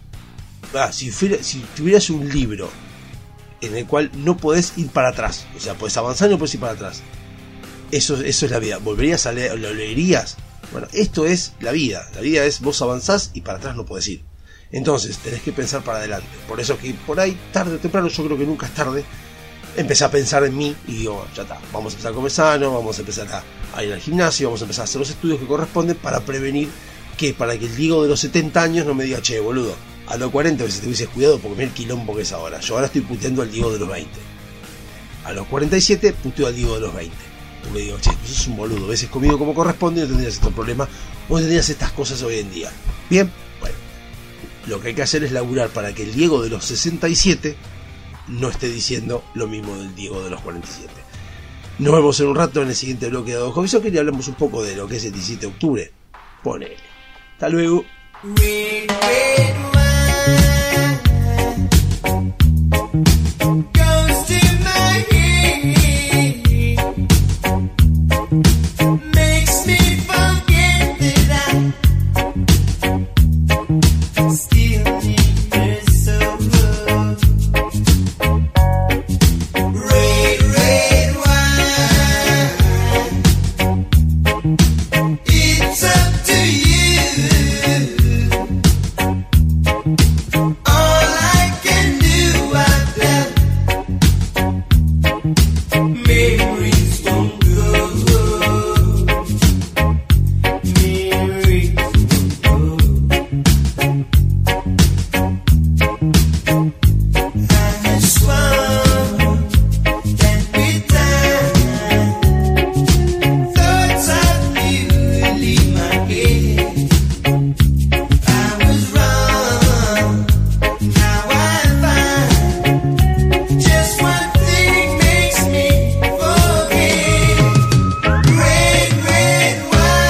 si tuvieras un libro en el cual no podés ir para atrás, o sea, podés avanzar y no podés ir para atrás, eso es la vida. ¿Volverías a leer, lo leerías? Bueno, esto es la vida es vos avanzás y para atrás no podés ir. Entonces tenés que pensar para adelante. Por eso que por ahí, tarde o temprano, yo creo que nunca es tarde, empecé a pensar en mí y digo, ya está, vamos a empezar a comer sano, vamos a empezar a ir al gimnasio, vamos a empezar a hacer los estudios que corresponden para prevenir que, para que el Diego de los 70 años no me diga, che, boludo, a los 40 veces te hubieses cuidado porque mira el quilombo que es ahora. Yo ahora estoy puteando al Diego de los 20. A los 47 puteo al Diego de los 20. Porque digo, che, sos un boludo, a veces comido como corresponde y no tendrías estos problemas, no tendrías estas cosas hoy en día. Bien, bueno, lo que hay que hacer es laburar para que el Diego de los 67 no esté diciendo lo mismo del Diego de los 47. Nos vemos en un rato en el siguiente bloque de Hobby Soccer y hablamos un poco de lo que es el 17 de octubre. Ponele. Hasta luego.
Red, red wine goes to my head, makes me forget that I still need her so much. Red, red wine, it's up to you. All I can do, I've done. Memories won't go. Memories won't go. I swore that with time, thoughts of you leave my head. I was wrong. Now I find just one thing makes me forget. Red, red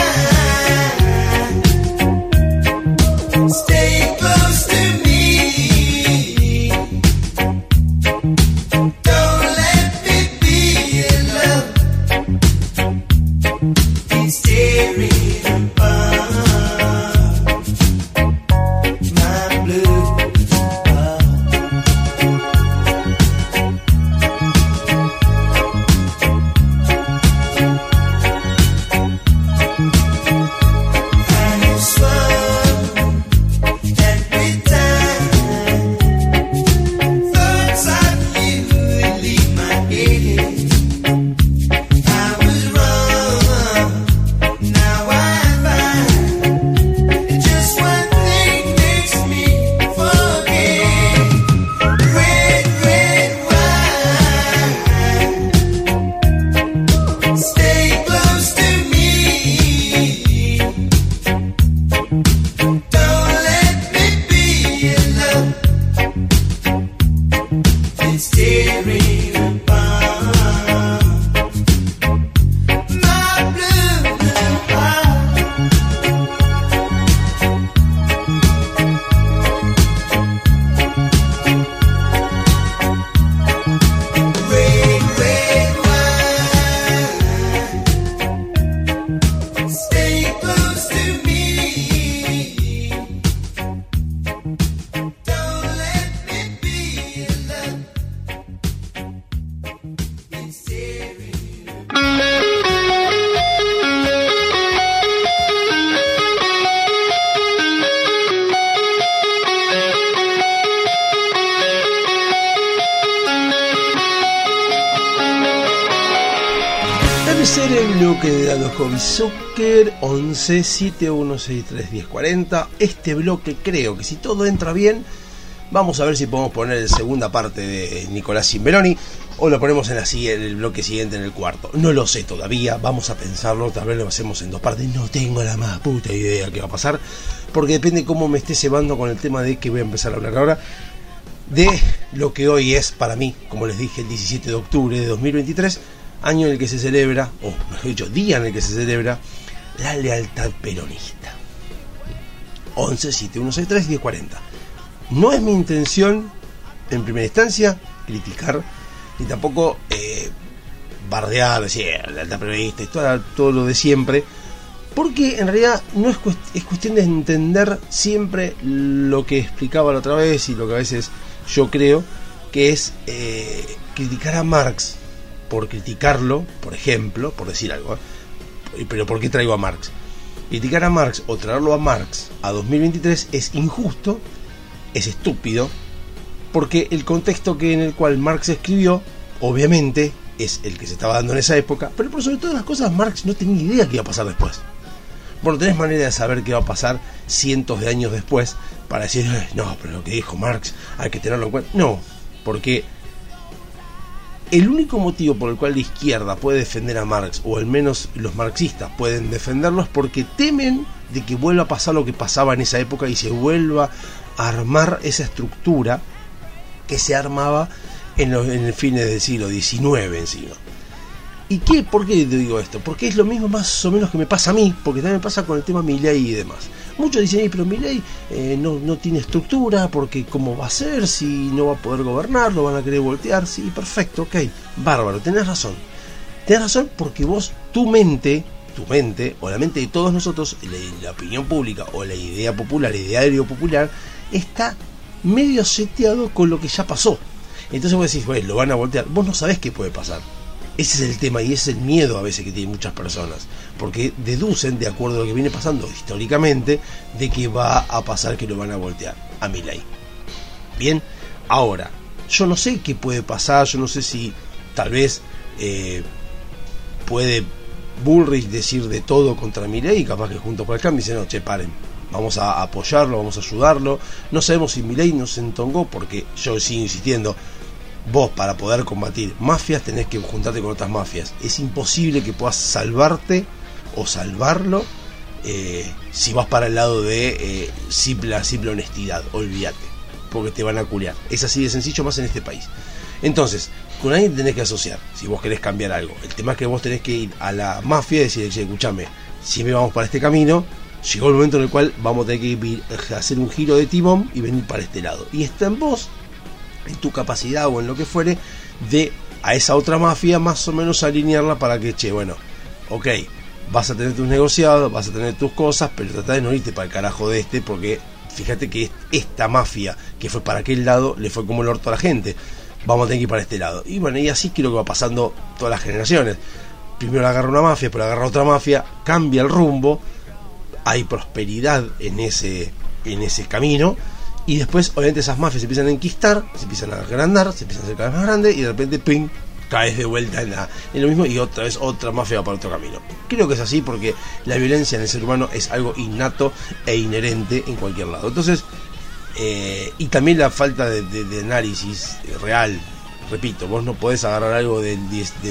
wine, stay close to me. Don't let me be alone. It's tearing apart my blue heart. I swore that with time, thoughts of you would leave my head. I was wrong. Now I find just one thing makes me forget. Red, red wine, stay close to me. Don't let me be alone. It's tearing apart my blue heart. Red, red wine, stay close to me. Don't let me be alone. It's tearing
Debe ser el bloque de Dado Hobby Soccer 11 7163 1040. Este bloque, creo que si todo entra bien, vamos a ver si podemos poner la segunda parte de Nicolás Cimbeloni o lo ponemos en el bloque siguiente, en el cuarto. No lo sé todavía, vamos a pensarlo, tal vez lo hacemos en dos partes. No tengo la más puta idea qué va a pasar, porque depende cómo me esté cebando con el tema de que voy a empezar a hablar ahora, de lo que hoy es para mí, como les dije, el 17 de octubre de 2023, año en el que se celebra, o mejor dicho, día en el que se celebra la lealtad peronista. 11 7163 1040. No es mi intención, en primera instancia, criticar, ni tampoco bardear, decir lealtad peronista y todo lo de siempre, porque en realidad no es cuestión de entender siempre lo que explicaba la otra vez y lo que a veces yo creo que es criticar a Marx por criticarlo, por ejemplo, por decir algo, pero ¿por qué traigo a Marx? Criticar a Marx o traerlo a Marx a 2023 es injusto es estúpido, porque el contexto en el cual Marx escribió, obviamente, es el que se estaba dando en esa época, pero por sobre todas las cosas Marx no tenía idea qué iba a pasar después. Bueno, tenés manera de saber qué va a pasar cientos de años después para decir, no, pero lo que dijo Marx hay que tenerlo en cuenta. No, porque el único motivo por el cual la izquierda puede defender a Marx, o al menos los marxistas pueden defenderlo, es porque temen de que vuelva a pasar lo que pasaba en esa época y se vuelva a armar esa estructura que se armaba en el fines del siglo XIX encima. ¿Y qué? ¿Por qué te digo esto? Porque es lo mismo más o menos que me pasa a mí, porque también me pasa con el tema Milei y demás. Muchos dicen, pero Milei no tiene estructura, porque ¿cómo va a ser si no va a poder gobernar? ¿Lo van a querer voltear? Sí, perfecto, ok, bárbaro, tenés razón. Tenés razón porque vos, tu mente, o la mente de todos nosotros, la opinión pública o la idea popular, el ideario popular, está medio seteado con lo que ya pasó. Entonces vos decís, bueno, lo van a voltear. Vos no sabés qué puede pasar. Ese es el tema y ese es el miedo a veces que tienen muchas personas, porque deducen, de acuerdo a lo que viene pasando históricamente, de que va a pasar que lo van a voltear a Milei. Bien, ahora, yo no sé qué puede pasar, yo no sé si tal vez puede Bullrich decir de todo contra Milei, y capaz que Juntos por el Cambio dicen, no, che, paren, vamos a apoyarlo, vamos a ayudarlo. No sabemos si Milei nos entongó, porque yo sigo insistiendo, vos para poder combatir mafias tenés que juntarte con otras mafias. Es imposible que puedas salvarte o salvarlo si vas para el lado de simple honestidad. Olvídate, porque te van a culiar. Es así de sencillo, más en este país. Entonces, con alguien tenés que asociar si vos querés cambiar algo. El tema es que vos tenés que ir a la mafia y decir, escúchame, si me vamos para este camino, llegó el momento en el cual vamos a tener que hacer un giro de timón y venir para este lado. Y está en vos, en tu capacidad o en lo que fuere, de a esa otra mafia más o menos alinearla para que, bueno, ok, vas a tener tus negociados, vas a tener tus cosas, pero trata de no irte para el carajo de porque fíjate que esta mafia que fue para aquel lado le fue como el orto a la gente, vamos a tener que ir para este lado. Y bueno, y así creo que va pasando todas las generaciones. Primero agarra una mafia, pero agarra otra mafia, cambia el rumbo, hay prosperidad en ese camino. Y después, obviamente, esas mafias se empiezan a enquistar, se empiezan a agrandar, se empiezan a hacer cada vez más grandes y de repente, ¡ping!, caes de vuelta en lo mismo y otra vez otra mafia va para otro camino. Creo que es así porque la violencia en el ser humano es algo innato e inherente en cualquier lado. Entonces, y también la falta de análisis real. Repito, vos no podés agarrar algo de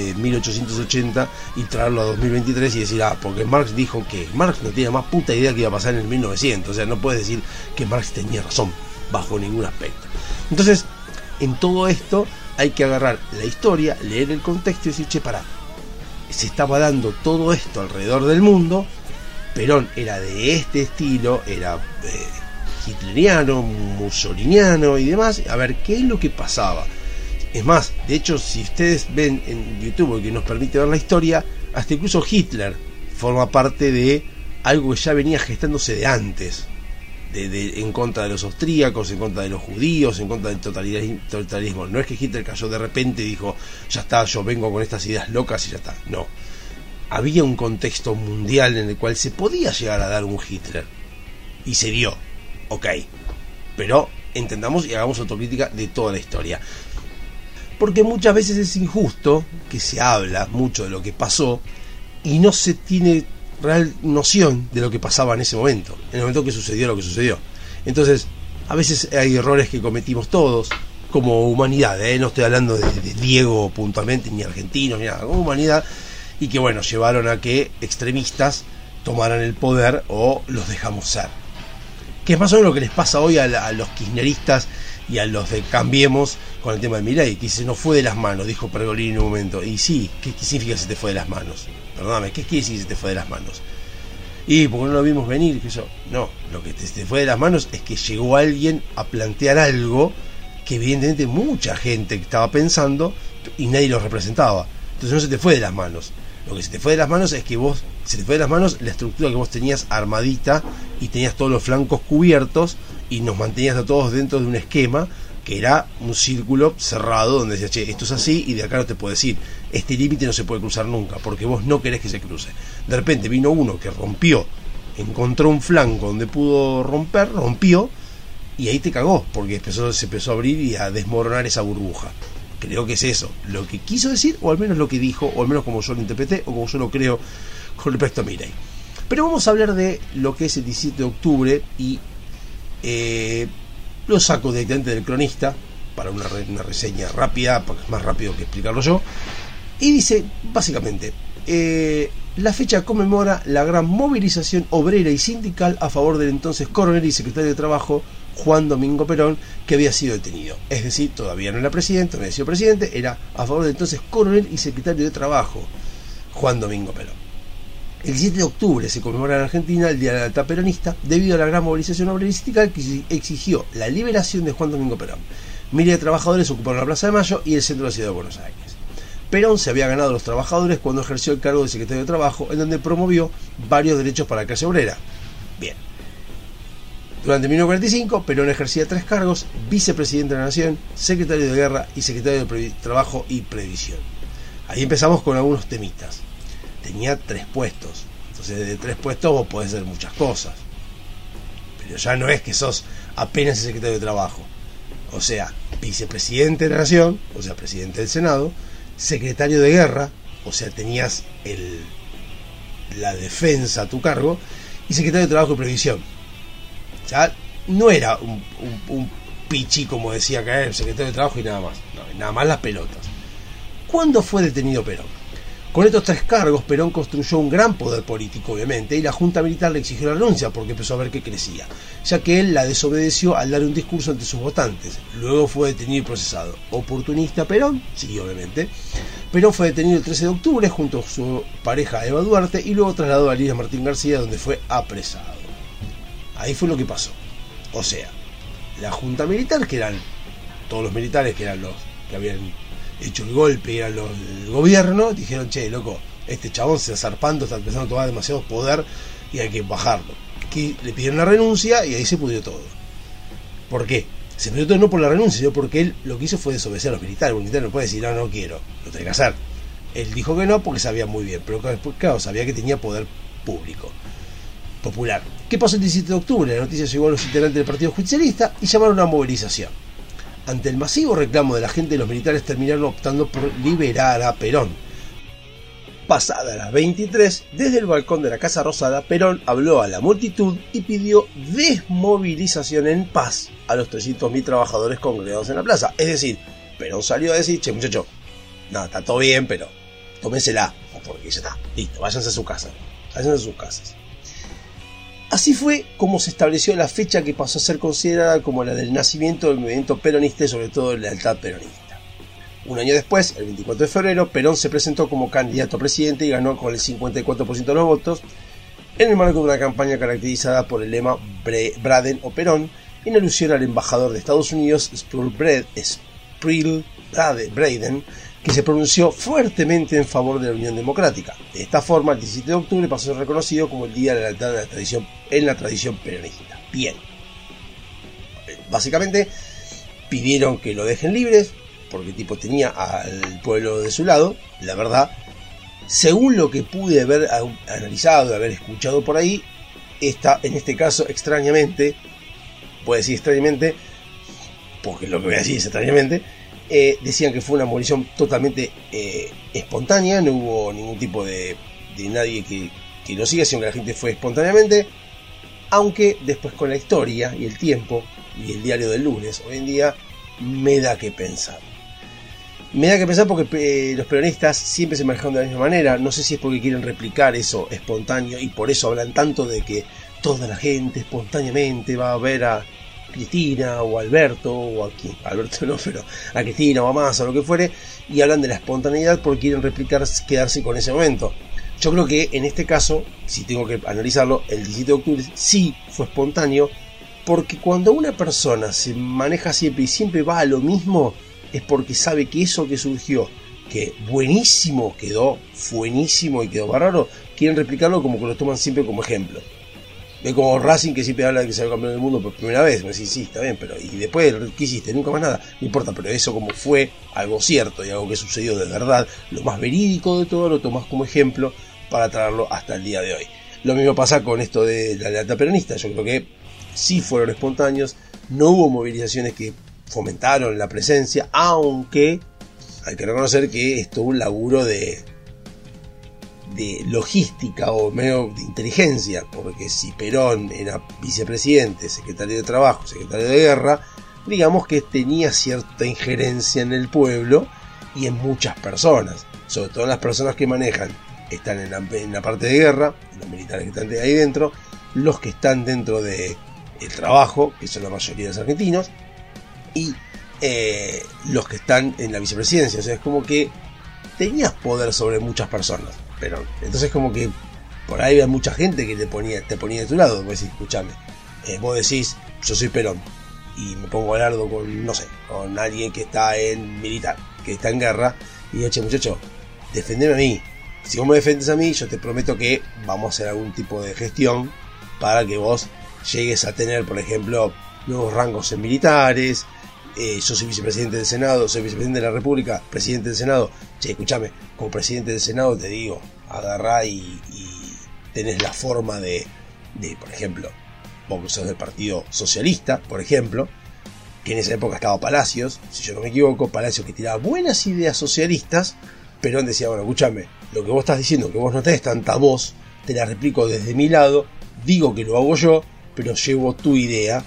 1880 y traerlo a 2023 y decir, porque Marx dijo que Marx no tiene más puta idea que iba a pasar en el 1900. O sea, no puedes decir que Marx tenía razón bajo ningún aspecto. Entonces, en todo esto hay que agarrar la historia, leer el contexto y decir, che, pará, se estaba dando todo esto alrededor del mundo, Perón era de este estilo, era hitleriano, mussoliniano y demás, a ver qué es lo que pasaba. Es más, de hecho, si ustedes ven en YouTube, que nos permite ver la historia, hasta incluso Hitler forma parte de algo que ya venía gestándose de antes, en contra de los austríacos, en contra de los judíos, en contra del totalitarismo. No es que Hitler cayó de repente y dijo, ya está, yo vengo con estas ideas locas y ya está. No, había un contexto mundial en el cual se podía llegar a dar un Hitler y se dio, ok, pero entendamos y hagamos autocrítica de toda la historia. Porque muchas veces es injusto que se habla mucho de lo que pasó y no se tiene real noción de lo que pasaba en ese momento, en el momento que sucedió lo que sucedió. Entonces, a veces hay errores que cometimos todos, como humanidad, no estoy hablando de Diego puntualmente, ni argentinos, ni nada, como humanidad, y que bueno, llevaron a que extremistas tomaran el poder o los dejamos ser. Que es más o menos lo que les pasa hoy a los kirchneristas y a los de Cambiemos con el tema de Milei, que se nos fue de las manos, dijo Pergolini en un momento. Y sí, ¿qué significa que se te fue de las manos? Perdóname, ¿qué quiere decir que se te fue de las manos? Y porque no lo vimos venir, que eso. No, lo que se te fue de las manos es que llegó alguien a plantear algo que evidentemente mucha gente estaba pensando y nadie lo representaba. Entonces no se te fue de las manos. Lo que se te fue de las manos es que se te fue de las manos la estructura que vos tenías armadita y tenías todos los flancos cubiertos y nos mantenías a todos dentro de un esquema que era un círculo cerrado donde decía, che, esto es así y de acá no te puedes ir, este límite no se puede cruzar nunca porque vos no querés que se cruce. De repente vino uno que rompió, encontró un flanco donde pudo rompió y ahí te cagó, porque se empezó a abrir y a desmoronar esa burbuja. Creo que es eso lo que quiso decir, o al menos lo que dijo, o al menos como yo lo interpreté, o como yo lo creo con respecto a Milei. Pero vamos a hablar de lo que es el 17 de octubre y lo saco directamente del cronista para una reseña rápida, porque es más rápido que explicarlo yo. Y dice, básicamente, la fecha conmemora la gran movilización obrera y sindical a favor del entonces coronel y secretario de Trabajo Juan Domingo Perón, que había sido detenido. Es decir, todavía no era presidente, no había sido presidente, era a favor del entonces coronel y secretario de Trabajo Juan Domingo Perón. El 17 de octubre se conmemora en Argentina el Día de la Lealtad Peronista debido a la gran movilización obrera y sindical que exigió la liberación de Juan Domingo Perón. Miles de trabajadores ocuparon la Plaza de Mayo y el centro de la ciudad de Buenos Aires. Perón se había ganado a los trabajadores cuando ejerció el cargo de secretario de Trabajo, en donde promovió varios derechos para la clase obrera. Bien. Durante 1945, Perón ejercía 3 cargos: vicepresidente de la Nación, secretario de Guerra y secretario de Trabajo y Previsión. Ahí empezamos con algunos temitas. Tenía 3 puestos. Entonces, de 3 puestos vos podés hacer muchas cosas. Pero ya no es que sos apenas el secretario de Trabajo. O sea, vicepresidente de la Nación, o sea, presidente del Senado, secretario de Guerra, o sea, tenías la defensa a tu cargo, y secretario de Trabajo y Previsión. Ya no era un pichi, como decía acá, el secretario de Trabajo y nada más. No, nada más las pelotas. ¿Cuándo fue detenido Perón? Con estos 3 cargos, Perón construyó un gran poder político, obviamente, y la Junta Militar le exigió la renuncia porque empezó a ver que crecía, ya que él la desobedeció al dar un discurso ante sus votantes. Luego fue detenido y procesado. ¿Oportunista Perón? Sí, obviamente. Perón fue detenido el 13 de octubre junto a su pareja Eva Duarte y luego trasladado a Línea Martín García, donde fue apresado. Ahí fue lo que pasó. O sea, la Junta Militar, que eran todos los militares, que eran los que habían hecho el golpe y eran los del gobierno, dijeron, che, loco, este chabón se está zarpando, está empezando a tomar demasiado poder y hay que bajarlo. Aquí le pidieron la renuncia y ahí se pudrió todo. ¿Por qué? Se pudrió todo no por la renuncia, sino porque él lo que hizo fue desobedecer a los militares. Un militar no puede decir, no quiero, lo tengo que hacer. Él dijo que no porque sabía muy bien, pero después, claro, sabía que tenía poder público, popular. ¿Qué pasó el 17 de octubre? La noticia llegó a los integrantes del Partido Justicialista y llamaron a una movilización. Ante el masivo reclamo de la gente, los militares terminaron optando por liberar a Perón. Pasada las 23, desde el balcón de la Casa Rosada, Perón habló a la multitud y pidió desmovilización en paz a los 300.000 trabajadores congregados en la plaza. Es decir, Perón salió a decir, che, muchacho, nada, está todo bien, pero tómensela, porque ya está, listo, váyanse a su casa, váyanse a sus casas. Así fue como se estableció la fecha que pasó a ser considerada como la del nacimiento del movimiento peronista y sobre todo de la lealtad peronista. Un año después, el 24 de febrero, Perón se presentó como candidato a presidente y ganó con el 54% de los votos en el marco de una campaña caracterizada por el lema Braden o Perón, en alusión al embajador de Estados Unidos, Sproul Braden, que se pronunció fuertemente en favor de la Unión Democrática. De esta forma, el 17 de octubre pasó a ser reconocido como el Día de la Lealtad en la tradición peronista. Bien. Básicamente, pidieron que lo dejen libres, porque el tipo tenía al pueblo de su lado, la verdad. Según lo que pude haber analizado, haber escuchado por ahí, en este caso, extrañamente, puedo decir extrañamente, porque lo que voy a decir es extrañamente, decían que fue una movilización totalmente espontánea, no hubo ningún tipo de nadie que lo siga, sino que la gente fue espontáneamente, aunque después con la historia y el tiempo y el diario del lunes, hoy en día, me da que pensar. Me da que pensar porque los peronistas siempre se manejaron de la misma manera. No sé si es porque quieren replicar eso espontáneo y por eso hablan tanto de que toda la gente espontáneamente va a ver a Cristina o a Alberto o a quien, Alberto no, pero a Cristina o a Massa o lo que fuere, y hablan de la espontaneidad porque quieren replicar, quedarse con ese momento. Yo creo que en este caso, si tengo que analizarlo, el 17 de octubre sí fue espontáneo, porque cuando una persona se maneja siempre y siempre va a lo mismo, es porque sabe que eso que surgió, que buenísimo quedó, buenísimo y quedó bárbaro, quieren replicarlo como que lo toman siempre como ejemplo. Es como Racing, que siempre habla de que salió campeón del mundo por primera vez. Me decís, sí, está bien, pero ¿y después qué hiciste? Nunca más nada. No importa, pero eso como fue algo cierto y algo que sucedió de verdad, lo más verídico de todo, lo tomás como ejemplo para traerlo hasta el día de hoy. Lo mismo pasa con esto de la lealtad peronista. Yo creo que sí fueron espontáneos, no hubo movilizaciones que fomentaron la presencia, aunque hay que reconocer que esto es un laburo de logística o medio de inteligencia, porque si Perón era vicepresidente, secretario de Trabajo, secretario de Guerra, digamos que tenía cierta injerencia en el pueblo y en muchas personas, sobre todo las personas que manejan, están en la parte de guerra, los militares que están ahí dentro, los que están dentro de el trabajo, que son la mayoría de los argentinos, y los que están en la vicepresidencia. O sea, es como que tenías poder sobre muchas personas, pero entonces como que por ahí había mucha gente que te ponía de tu lado. Vos decís, escuchame, vos decís, yo soy Perón, y me pongo a hablar con, no sé, con alguien que está en militar, que está en guerra, y digo, che, muchacho, defendeme a mí. Si vos me defendes a mí, yo te prometo que vamos a hacer algún tipo de gestión para que vos llegues a tener, por ejemplo, nuevos rangos en militares. Yo soy vicepresidente del Senado, soy vicepresidente de la República, presidente del Senado. Che, escúchame, como presidente del Senado te digo, agarrá y tenés la forma de, por ejemplo, vos que sos del Partido Socialista, por ejemplo, que en esa época estaba Palacios, si yo no me equivoco, Palacios que tiraba buenas ideas socialistas. Perón decía, bueno, escúchame, lo que vos estás diciendo, que vos no tenés tanta voz, te la replico desde mi lado, digo que lo hago yo, pero llevo tu idea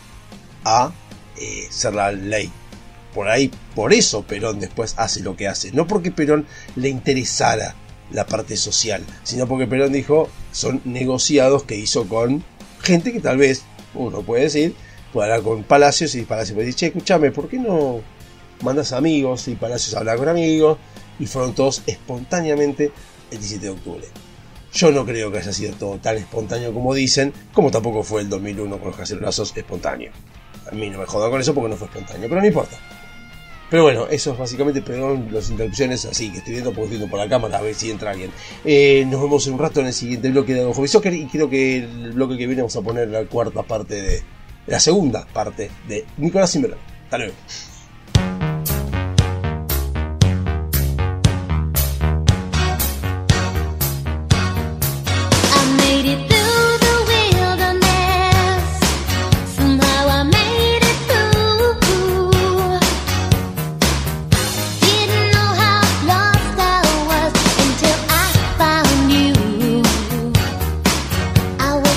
a ser la ley. Por ahí, por eso Perón después hace lo que hace, no porque Perón le interesara la parte social, sino porque Perón dijo, son negociados que hizo con gente que tal vez, uno puede decir, puede hablar con Palacios, y Palacios puede decir, che, escúchame, ¿por qué no mandas amigos? Y Palacios habla con amigos, y fueron todos espontáneamente el 17 de octubre. Yo no creo que haya sido todo tan espontáneo como dicen, como tampoco fue el 2001 con los cacerolazos espontáneo. A mí no me jodan con eso porque no fue espontáneo, pero no importa. Pero bueno, eso es básicamente, perdón las interrupciones, así que estoy viendo por la cámara a ver si entra alguien. Nos vemos en un rato en el siguiente bloque de Hobby Soccer, y creo que el bloque que viene vamos a poner la cuarta parte de la segunda parte de Nicolás Zimmerman. Hasta luego.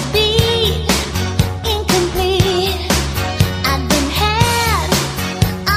I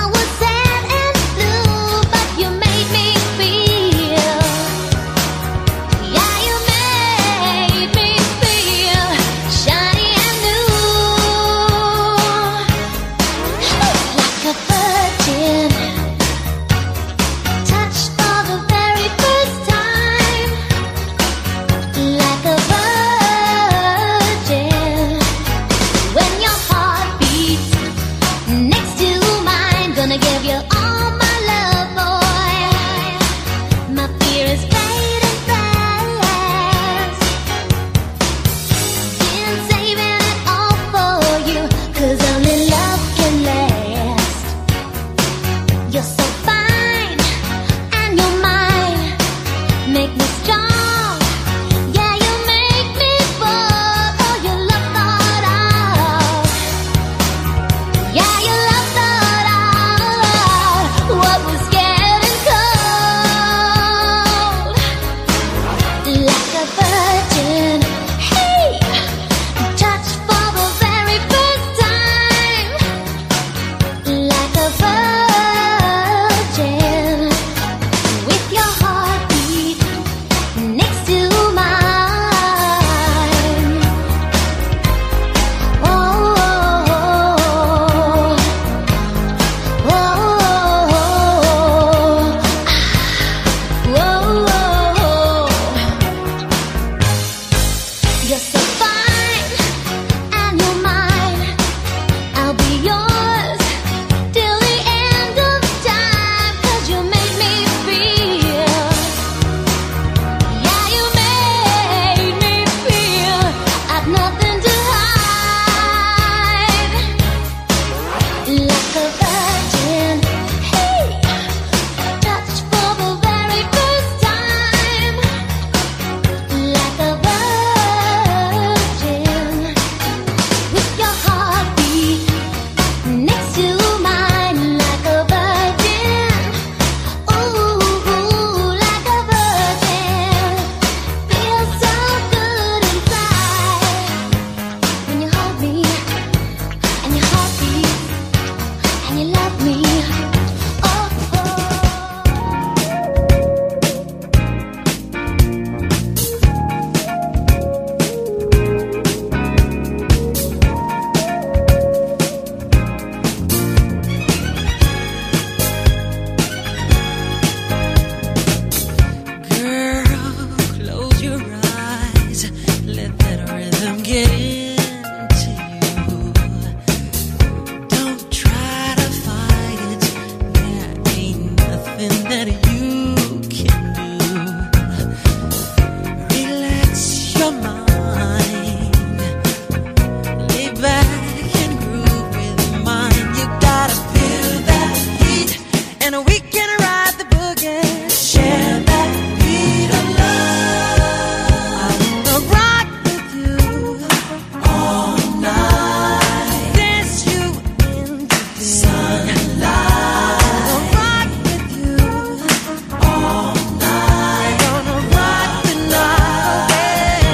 your mind. Lay back and groove with mine. You gotta feel that heat, and we can ride the boogie. Share that beat of love. I wanna rock with you all night. Dance you into the sunlight. I wanna rock with you all night. Gonna rock the night away.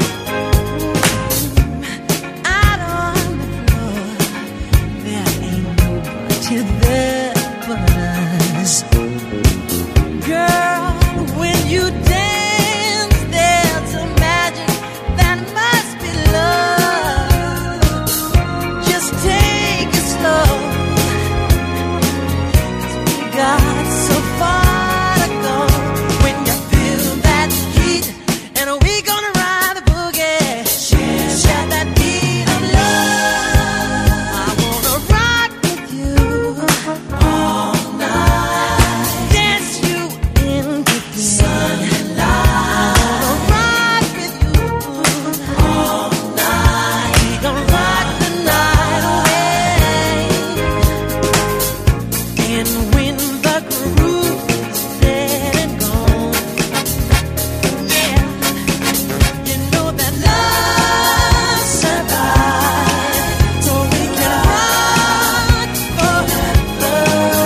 Out on the floor, there ain't nobody there but us. Girl, when you dance, there's a magic that must be love. Just take it slow. 'Cause we got so far to go. When you feel that heat, and we gonna ride the boogie. Share that beat of love. I wanna rock with you all night. Dance you into the sunlight. I wanna rock with you all night. We gonna rock the night away. And when the groove is dead and gone, yeah, you know that love survives, so we can rock forever.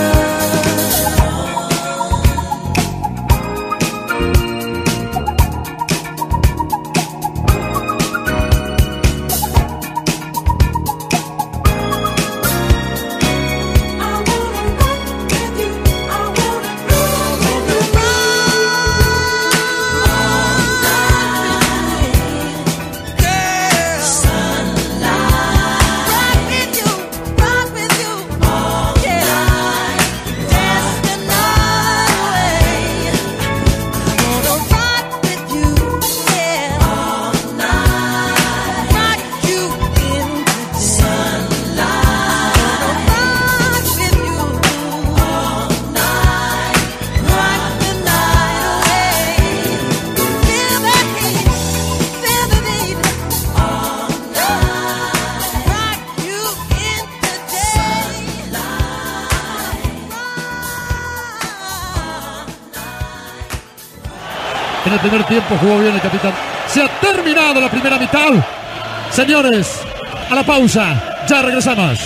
En el primer tiempo jugó bien el capitán. Se ha terminado la primera mitad. Señores, a la pausa. Ya regresamos.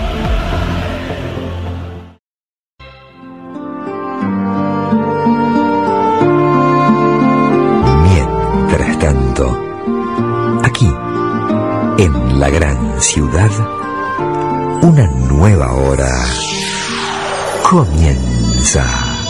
Mientras tanto, aquí, en la gran ciudad, una nueva hora comienza.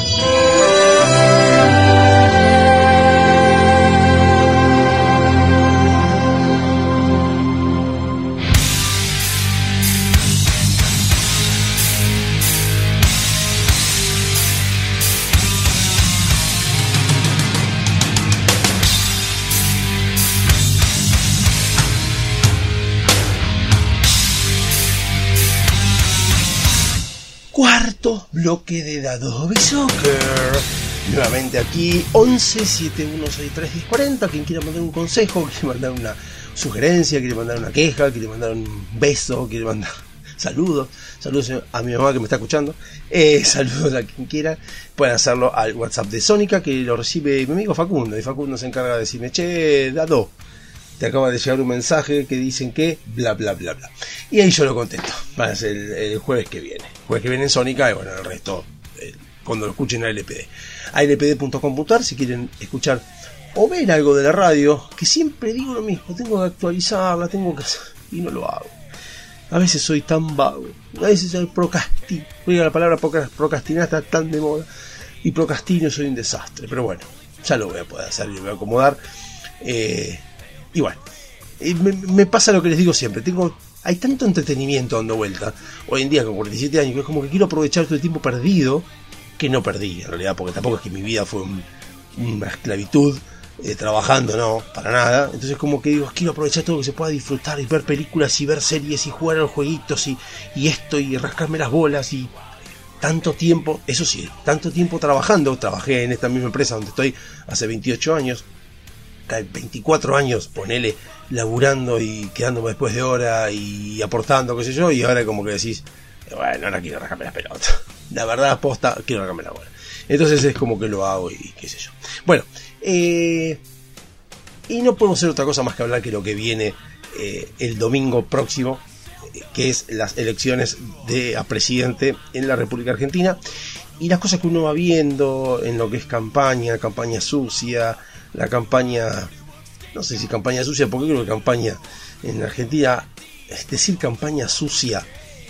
Cuarto bloque de Adobe Soccer. Nuevamente aquí, 11-7163-1040. Quien quiera mandar un consejo, quiere mandar una sugerencia, quiere mandar una queja, quiere mandar un beso, quiere mandar saludos. Saludos a mi mamá que me está escuchando. Saludos a quien quiera. Pueden hacerlo al WhatsApp de Sónica, que lo recibe mi amigo Facundo. Y Facundo se encarga de decirme: che, Dado, te acaba de llegar un mensaje que dicen que bla bla bla bla. Y ahí yo lo contesto. Va a ser el jueves que viene. Jueves que viene en Sónica, y bueno, el resto cuando lo escuchen a LPD. ALPD.com.ar si quieren escuchar o ver algo de la radio, que siempre digo lo mismo, tengo que actualizarla, tengo que hacer, y no lo hago. A veces soy tan vago, a veces soy procrastino. Oiga, la palabra procrastinar está tan de moda, y procrastino, soy un desastre, pero bueno, ya lo voy a poder hacer y lo voy a acomodar. Y bueno, me pasa lo que les digo siempre, hay tanto entretenimiento dando vuelta hoy en día con 47 años que es como que quiero aprovechar todo el tiempo perdido, que no perdí en realidad, porque tampoco es que mi vida fue una esclavitud trabajando, no, para nada. Entonces como que digo, quiero aprovechar todo lo que se pueda disfrutar y ver películas y ver series y jugar a los jueguitos y esto y rascarme las bolas y tanto tiempo, eso sí, tanto tiempo trabajando. Trabajé en esta misma empresa donde estoy hace 28 años 24 años, ponele, laburando y quedándome después de hora y aportando, qué sé yo, y ahora como que decís, bueno, ahora quiero rascarme las pelotas. La verdad, posta, quiero rascarme la bola. Entonces es como que lo hago y qué sé yo. Bueno, y no podemos hacer otra cosa más que hablar que lo que viene el domingo próximo, que es las elecciones a presidente en la República Argentina, y las cosas que uno va viendo en lo que es campaña sucia, la campaña, no sé si campaña sucia, porque creo que campaña en Argentina, es decir, campaña sucia,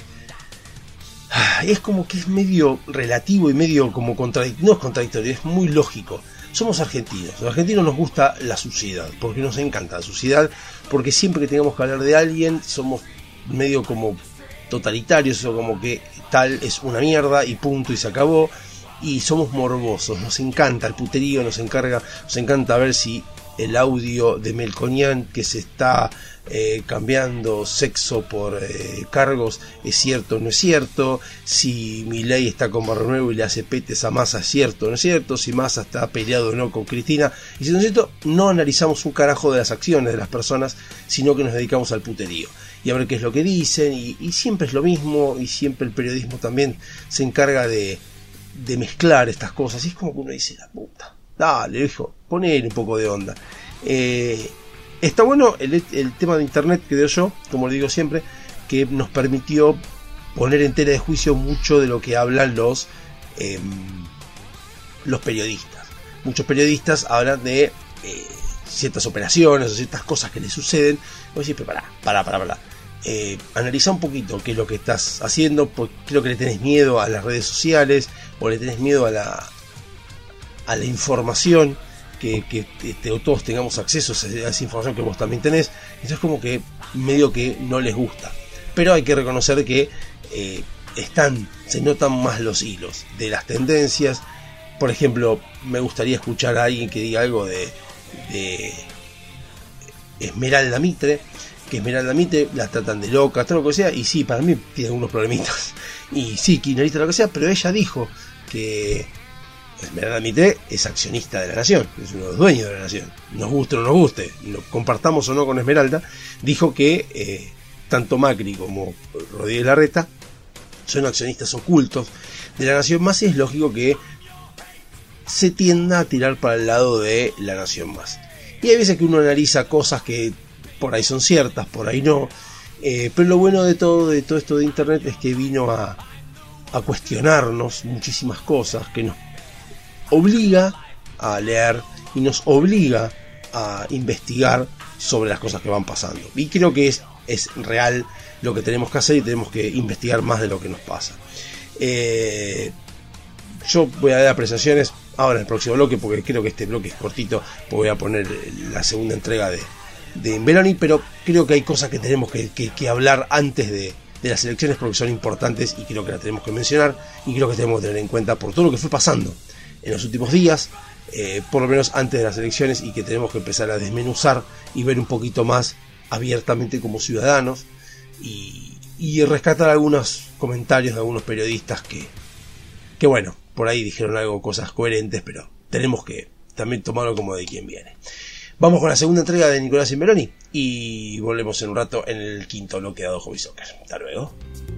es como que es medio relativo y medio como contradictorio, no es contradictorio, es muy lógico. Somos argentinos, los argentinos nos gusta la suciedad, porque nos encanta la suciedad, porque siempre que tengamos que hablar de alguien, somos medio como totalitarios, o como que tal es una mierda y punto y se acabó, y somos morbosos, nos encanta el puterío, nos encanta ver si el audio de Melconian que se está cambiando sexo por cargos es cierto o no es cierto, si Milei está con Barrio Nuevo y le hace petes a Massa es cierto o no es cierto, si Massa está peleado o no con Cristina, y si no es cierto, no analizamos un carajo de las acciones de las personas, sino que nos dedicamos al puterío y a ver qué es lo que dicen, y siempre es lo mismo, y siempre el periodismo también se encarga de mezclar estas cosas, y es como que uno dice, la puta, dale hijo, ponele un poco de onda. Está bueno el tema de internet, creo yo, como le digo siempre, que nos permitió poner en tela de juicio mucho de lo que hablan los periodistas. Muchos periodistas hablan de ciertas operaciones o ciertas cosas que le suceden. Vos decís, pero pará. Analiza un poquito qué es lo que estás haciendo, porque creo que le tenés miedo a las redes sociales, o le tenés miedo a la información, que todos tengamos acceso a esa información que vos también tenés. Entonces como que medio que no les gusta, pero hay que reconocer que se notan más los hilos de las tendencias. Por ejemplo, me gustaría escuchar a alguien que diga algo de Esmeralda Mitre, que Esmeralda Mitre la tratan de loca, todo lo que sea, y sí, para mí tiene algunos problemitas, y sí, kirchnerista, lo que sea, pero ella dijo que Esmeralda Mitre es accionista de la nación, es uno de los dueños de la nación, nos guste o no nos guste, lo compartamos o no con Esmeralda, dijo que tanto Macri como Rodríguez Larreta son accionistas ocultos de la nación más, y es lógico que se tienda a tirar para el lado de la nación más. Y hay veces que uno analiza cosas que por ahí son ciertas, por ahí no, pero lo bueno de todo esto de internet es que vino a cuestionarnos muchísimas cosas, que nos obliga a leer y nos obliga a investigar sobre las cosas que van pasando, y creo que es real lo que tenemos que hacer, y tenemos que investigar más de lo que nos pasa. Yo voy a dar apreciaciones ahora en el próximo bloque, porque creo que este bloque es cortito, pues voy a poner la segunda entrega de Meloni, pero creo que hay cosas que tenemos que hablar antes de las elecciones, porque son importantes y creo que las tenemos que mencionar, y creo que tenemos que tener en cuenta por todo lo que fue pasando en los últimos días, por lo menos antes de las elecciones, y que tenemos que empezar a desmenuzar y ver un poquito más abiertamente como ciudadanos, y rescatar algunos comentarios de algunos periodistas que bueno, por ahí dijeron cosas coherentes, pero tenemos que también tomarlo como de quien viene. Vamos con la segunda entrega de Nicolás y Meloni, y volvemos en un rato en el quinto bloque de Hobby Soccer. Hasta luego.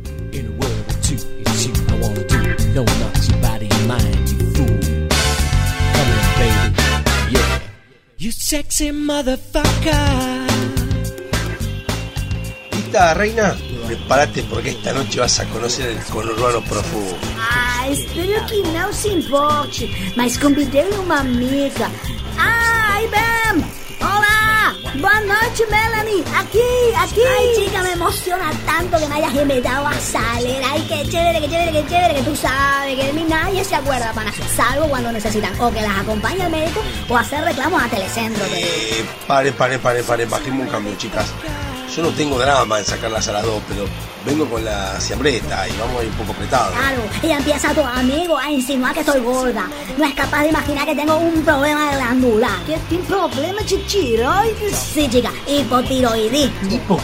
Lista, reina, prepárate porque esta noche vas a conocer el conurbano profundo.
Ah, espero que não se importe, mas convidei uma amiga. Ai, Bam! Olá! Boa noite, Melanie. Aquí. Ay, chica, me emociona tanto que me hayas invitado a salir. Ay, qué chévere, que tú sabes que de mí nadie se acuerda, pana. Salvo cuando necesitan o que las acompañe al médico o hacer reclamos a Telecentro.
Pare, bajemos un cambio, chicas. Yo no tengo drama en sacarlas a las 2, pero vengo con la siambreta y vamos a ir un poco apretados.
Claro, y empieza tu amigo a insinuar que estoy gorda. No es capaz de imaginar que tengo un problema glandular. ¿Qué tiene problema de tiroides? Sí, chica, hipotiroidismo.
¿Hipo qué?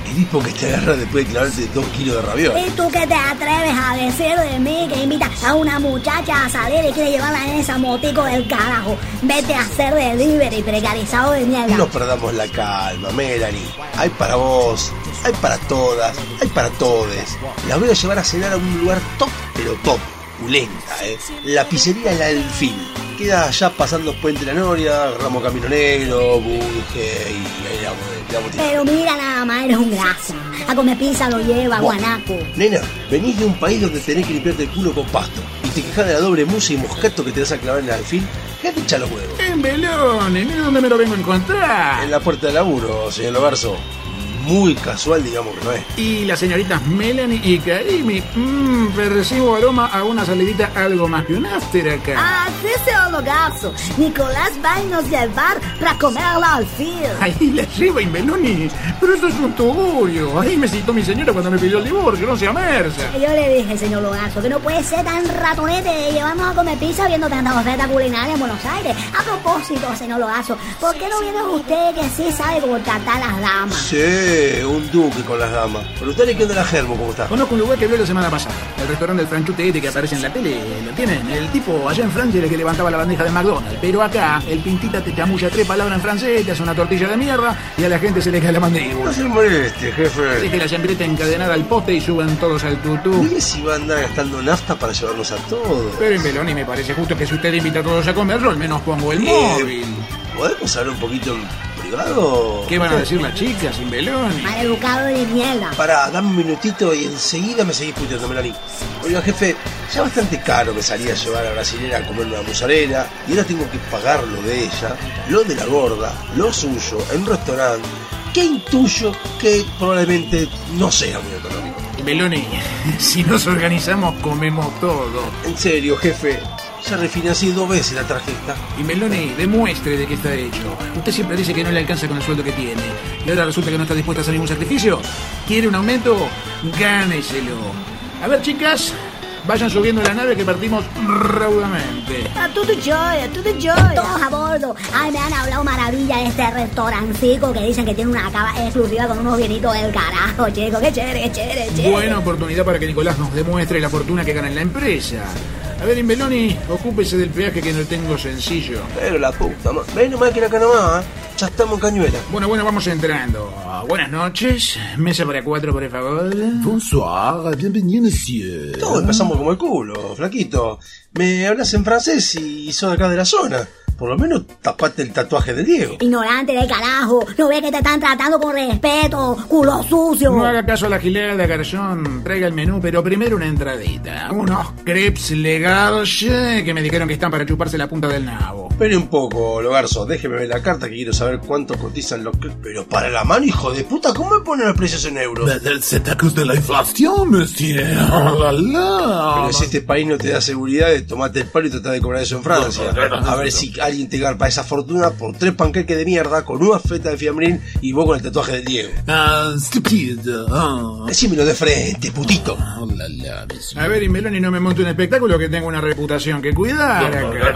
El tipo que te agarra después de clavarte 2 kilos de ravioles.
¿Y tú qué te atreves a decir de mí que invitas a una muchacha a salir y quiere llevarla en esa motico del carajo? Vete a hacer delivery precarizado de mierda.
No perdamos la calma, Melanie. Hay para vos, hay para todas, hay para todes. La voy a llevar a cenar a un lugar top, pero top, opulenta, La pizzería El Alfil. Queda allá pasando Puente La Noria, Ramo Camino Negro, Bunge y ahí la
pero mira nada más, eres un grasa. A comer pizza lo lleva, guanaco.
Nena, venís de un país donde tenés que limpiarte el culo con pasto y te quejas de la doble musa y moscato que te vas a clavar en el alfil. ¿Qué te echa los huevos?
En Belones, mira dónde me lo vengo a encontrar.
En la puerta del laburo, señor Logarzo. Muy casual, digamos que no es.
Y las señoritas Melanie y Karimi, percibo aroma a una salidita algo más que un after acá.
Ah, sí, señor Logarzo. Nicolás va a nos llevar para comer al alfil.
Ahí la lleva Imbeloni. Pero eso es un tugurio. Ahí me citó mi señora cuando me pidió el divorcio, no sea mersa.
Yo le dije, señor Logarzo, que no puede ser tan ratonete de llevarnos a comer pizza viendo tantas ofertas culinarias en Buenos Aires. A propósito, señor Logarzo, ¿por qué no viene usted que sí sabe cómo tratar a las damas?
Sí, un duque con las damas. Pero usted le queda la germo, ¿cómo está?
Conozco un lugar que vio la semana pasada. El restaurante del franchute este que aparece en la tele. ¿Lo tienen? El tipo allá en Francia era el que levantaba la bandeja de McDonald's. Pero acá, el pintita te chamulla 3 palabras en francés, te hace una tortilla de mierda y a la gente se le cae la mandíbula.
No se moleste, jefe.
Deje la chambreta encadenada al poste y suban todos al tutú.
Mire si va a andar gastando nafta para llevarnos a todos.
Pero en Beloni me parece justo que si usted invita a todos a comer, yo al menos pongo el móvil.
¿Podemos hablar un poquito en privado?
¿Qué van a decir las chicas sin Beloni?
Maleducado de mierda.
Pará, dame un minutito y enseguida me seguís puteando, Melanie. Oiga, jefe, ya bastante caro me salía a llevar a la brasilera a comer una mozzarella y ahora tengo que pagar lo de ella, lo de la gorda, lo suyo, en un restaurante que intuyo que probablemente no sea muy económico.
Beloni, si nos organizamos comemos todo.
En serio, jefe. Ya refinancié 2 veces la tarjeta.
Y Meloni, demuestre de qué está hecho. Usted siempre dice que no le alcanza con el sueldo que tiene. Y ahora resulta que no está dispuesta a hacer ningún sacrificio. ¿Quiere un aumento? Gáneselo. A ver, chicas, vayan subiendo la nave que partimos raudamente.
A todo joy. Todos a bordo. Ay, me han hablado maravilla de este restaurancico que dicen que tiene una cava exclusiva con unos vienitos del carajo, chico. Qué chévere.
Buena oportunidad para que Nicolás nos demuestre la fortuna que gana en la empresa. A ver, Imbeloni, ocúpese del peaje que no tengo sencillo.
Pero la puta, ven nomás que acá nomás, ya estamos en Cañuela.
Bueno, vamos entrando. Buenas noches, mesa para 4, por favor.
Bonsoir, bienvenido, monsieur.
Todos empezamos como el culo, flaquito. Me hablas en francés y sos de acá de la zona. Por lo menos tapate el tatuaje de Diego.
Ignorante del carajo. ¿No ves que te están tratando con respeto? Culo sucio.
No haga caso a la gilada, garzón. Traiga el menú, pero primero una entradita. Unos crepes legados que me dijeron que están para chuparse la punta del nabo.
Espere un poco, Logarzo. Déjeme ver la carta que quiero saber cuánto cotizan los crepes. Pero para la mano, hijo de puta, ¿cómo me ponen los precios en euros?
C'est à cause de la inflación, monsieur. Oh, la, la.
Pero si este país no te da seguridad, tomate el palo y trata de cobrar eso en Francia. A ver si alguien te garpa esa fortuna por 3 panqueques de mierda con una feta de fiambrín y vos con el tatuaje del Diego.
Stupide.
Decímelo de frente, putito.
Oh, la, la,
a ver, Imbeloni, no me monte un espectáculo que tengo una reputación que cuidar.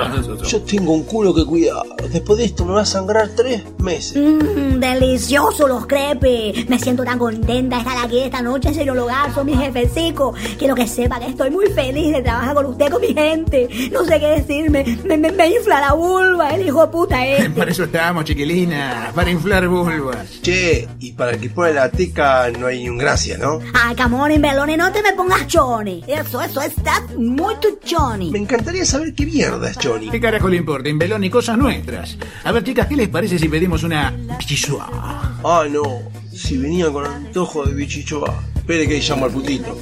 Yo tengo un culo que cuidar. Después de esto me va a sangrar 3 meses.
Deliciosos los crepes. Me siento tan contenta de estar aquí esta noche, señor Logarzo, mi jefecico. Quiero que sepa que estoy muy feliz de trabajar con usted, con mi gente. No sé qué decirme. Me infla la vulva, el hijo de puta este.
Para eso estábamos, chiquilina. Para inflar vulvas.
Che, y para el que pone la teca no hay ni un gracia, ¿no?
Ay, camón, Imbeloni, no te me pongas choni. Eso está muy choni.
Me encantaría saber qué mierda es choni.
¿Qué carajo le importa, Imbeloni? Cosas nuestras. A ver, chicas, ¿qué les parece si pedimos una bichichoa?
Ah, no. Si venía con antojo de bichichoa. Espere que llamo al putito.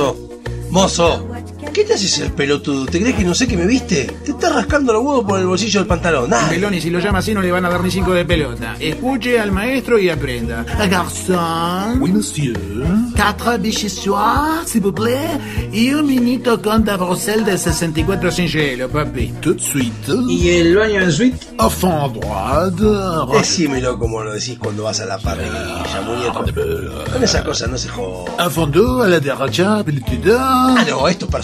Mozo, ¿qué te haces el pelotudo? ¿Te crees que no sé que me viste? Te estás rascando los huevos por el bolsillo del pantalón.
Imbeloni, si lo llama así no le van a dar ni 5 de pelota. Escuche al maestro y aprenda. Garçon.
Oui, monsieur.
4 bichichois, s'il vous plaît. Y un minito con de Bruxelles de 64 sin hielo, papi.
Tout de suite.
¿Y el baño en suite?
A fond droite.
Decímelo como lo decís cuando vas a la parrilla, muñeco. Con esa cosa no se joda.
A fond deux, a la derecha, pelotida.
Ah, no, esto es personal.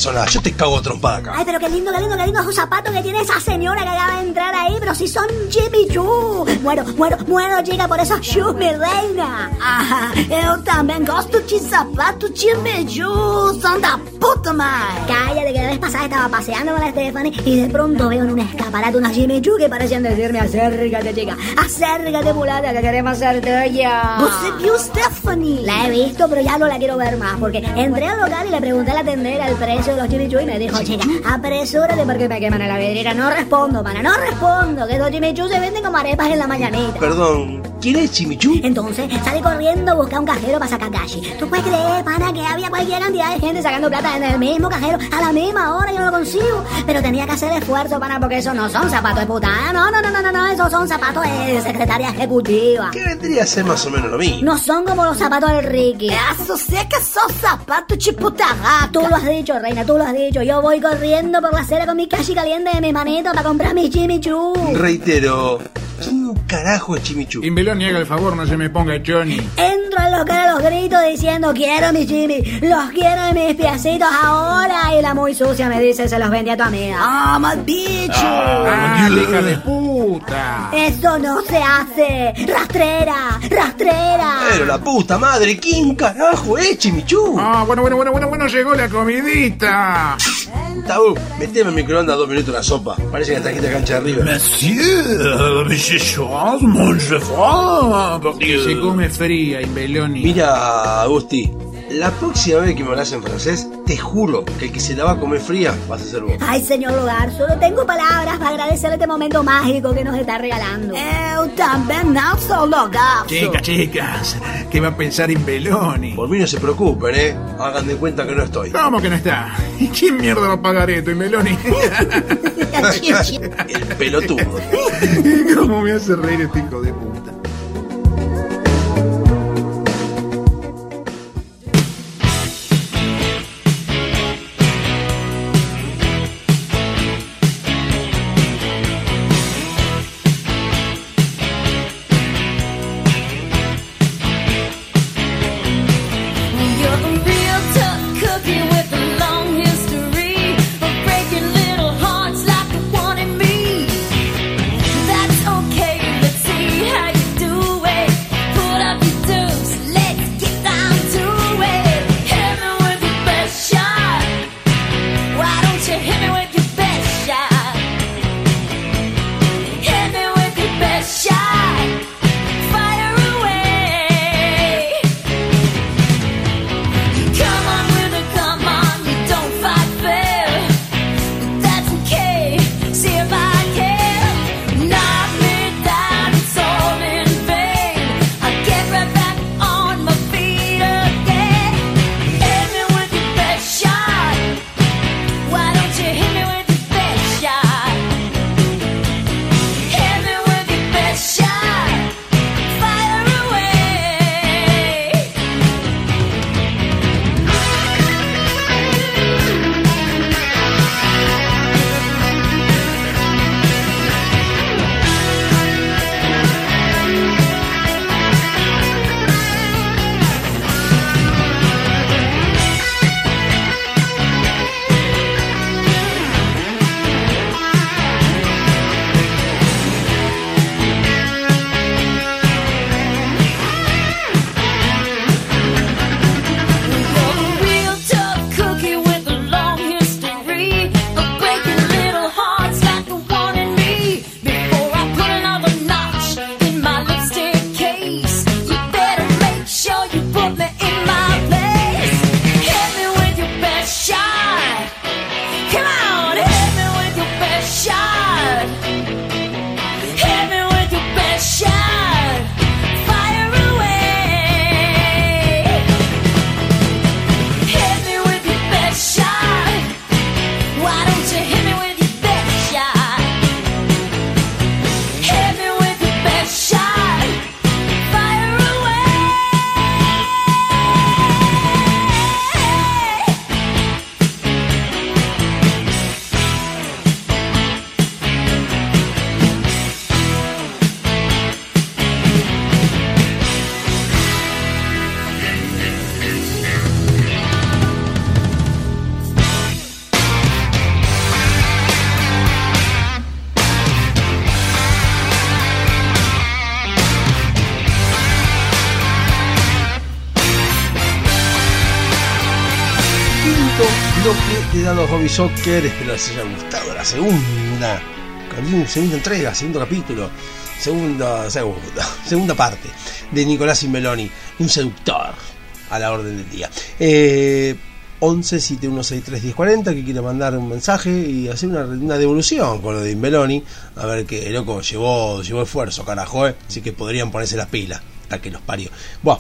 pasó nada. Yo te cago a trompada acá.
Ay, pero qué lindo esos zapatos que tiene essa senhora que acaba de entrar ahí, pero si son Jimmy Choo. Muero, chica, por esos shoes, mi reina. Ah, eu também gosto de sapatos Jimmy Choo, son da puta madre. Cállate, que la vez pasada estaba paseando con la Stephanie y de pronto veo en un escaparate unas Jimmy Choo que parecían decirme: acércate, chica, acércate, mulata, que queremos hacerte ya. ¿Vos vio Stephanie? La he visto, pero ya no la quiero ver más, porque entré al local y le pregunté a la tendera el precio de los Jimmy Choo y me dijo: chica, apresúrate porque me queman en la vidriera. No respondo, pana, no respondo, que los Jimmy Choo se venden como arepas en la mañanita.
Perdón, ¿quién es Jimmy Choo?
Entonces salí corriendo a buscar un cajero para sacar cash. ¿Tú puedes creer, pana, que había cualquier cantidad de gente sacando plata en el mismo cajero a la misma hora? Yo no lo consigo, pero tenía que hacer esfuerzo, pana, porque esos no son zapatos de puta. No, esos son zapatos de secretaria ejecutiva.
¿Qué vendría a ser más o menos lo mismo?
No son como los zapatos del Ricky. Eso sí que son zapatos chiputaga. Tú lo has dicho, reina, tú lo has dicho. Yo voy corriendo por la acera con mi cashi caliente de mi manito para comprar mis Jimmy Choo.
Reitero, ¿quién carajo es Jimmy Choo?
Imbeloni, haga el favor, no se me ponga Johnny.
Entro al local a los gritos diciendo: quiero mis Jimmy, los quiero en mis piecitos ahora. Y la muy sucia me dice: se los vendí a tu amiga. ¡Ah, mal bicho!
¡Ah, hija de puta!
Eso no se hace. ¡Rastrera!
Pero la puta madre, ¿quién carajo es Jimmy Choo?
Ah, bueno, llegó la comidita.
Tabú, meteme en microondas 2 minutos la sopa. Parece que trajiste cancha de arriba.
Monsieur, mange froid, porque
Se come fría, Imbeloni.
Mira, Agusti, la próxima vez que me hablas en francés, te juro que el que se la va a comer fría vas a ser vos.
Ay, señor Logar, solo tengo palabras para agradecer este momento mágico que nos está regalando. Eu también no soy Logar.
Chicas, ¿qué va a pensar Imbeloni?
Por mí no se preocupen, hagan de cuenta que no estoy.
¿Cómo que no está? ¿Y quién mierda va a pagar esto, Imbeloni?
El pelotudo.
¿Cómo me hace reír este hijo de puta?
That's okay, let's see how you do.
bloque de Dado Hobby Soccer. Espero les haya gustado la segunda entrega, segundo capítulo, segunda parte de Nicolás Imbeloni, un seductor a la orden del día. 11 7163 1040, que quiere mandar un mensaje y hacer una devolución con lo de Imbeloni. A ver, que loco llevó esfuerzo, carajo, así que podrían ponerse las pilas, hasta que los parió. Bueno,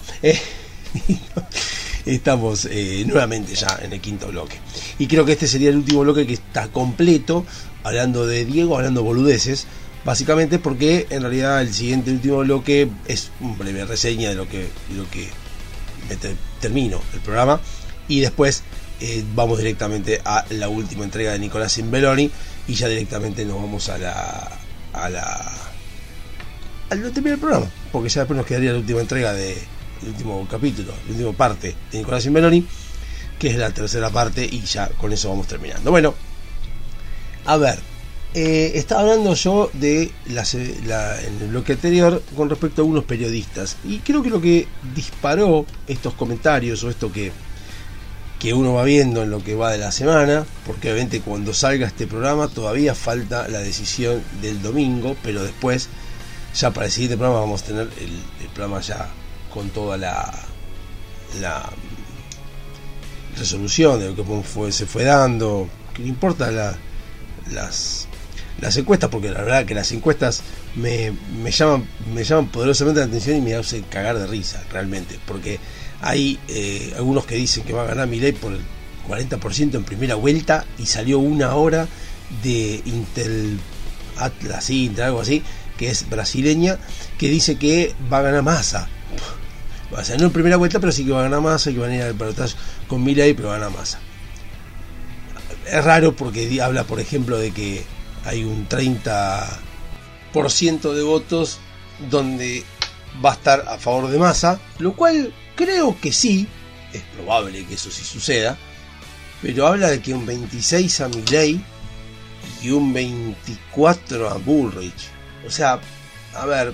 estamos nuevamente ya en el quinto bloque, y creo que este sería el último bloque que está completo, hablando de Diego, hablando boludeces, básicamente porque en realidad el siguiente último bloque es una breve reseña de lo que termino el programa, y después vamos directamente a la última entrega de Nicolás Imbeloni, y ya directamente nos vamos al terminar el programa, porque ya después nos quedaría la última entrega del último capítulo, la última parte de Nicolás Imbeloni, que es la tercera parte, y ya con eso vamos terminando. Bueno, a ver, estaba hablando yo de en el bloque anterior con respecto a algunos periodistas, y creo que lo que disparó estos comentarios, o esto que uno va viendo en lo que va de la semana, porque obviamente cuando salga este programa todavía falta la decisión del domingo, pero después ya para el siguiente programa vamos a tener el programa ya con toda la resolución de lo que se fue dando, que no importa las encuestas, porque la verdad que las encuestas me llaman poderosamente la atención y me hacen cagar de risa realmente, porque hay algunos que dicen que va a ganar Milei por el 40% en primera vuelta, y salió una hora de Intel, algo así, que es brasileña, que dice que va a ganar Massa. O sea, no en primera vuelta, pero sí que va a ganar Massa, y que van a ir al balotaje con Milei, pero va a ganar Massa. Es raro porque habla, por ejemplo, de que hay un 30% de votos donde va a estar a favor de Massa, lo cual creo que sí, es probable que eso sí suceda, pero habla de que un 26 a Milei y un 24 a Bullrich. O sea, a ver,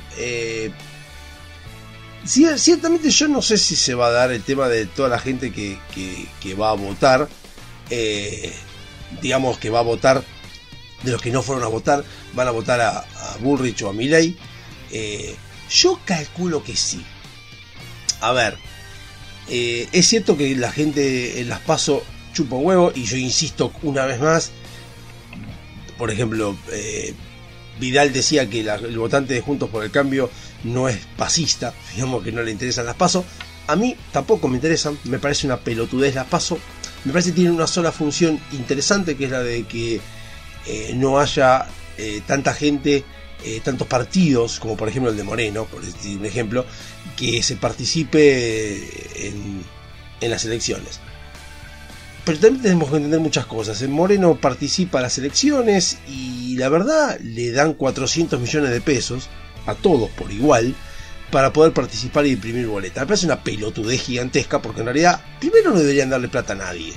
ciertamente yo no sé si se va a dar el tema de toda la gente que va a votar, digamos que va a votar, de los que no fueron a votar, van a votar a Bullrich o a Milei. Yo calculo que sí. A ver, es cierto que la gente en las PASO chupa huevo, y yo insisto una vez más. Por ejemplo, Vidal decía que el votante de Juntos por el Cambio no es pasista, digamos que no le interesan las PASO. A mí tampoco me interesan, me parece una pelotudez las PASO. Me parece que tienen una sola función interesante, que es la de que no haya tanta gente, tantos partidos, como por ejemplo el de Moreno, por decir un ejemplo, que se participe en las elecciones. Pero también tenemos que entender muchas cosas. Moreno participa en las elecciones y la verdad le dan 400 millones de pesos a todos por igual para poder participar y imprimir boleta. Me parece una pelotudez gigantesca, porque en realidad primero no deberían darle plata a nadie.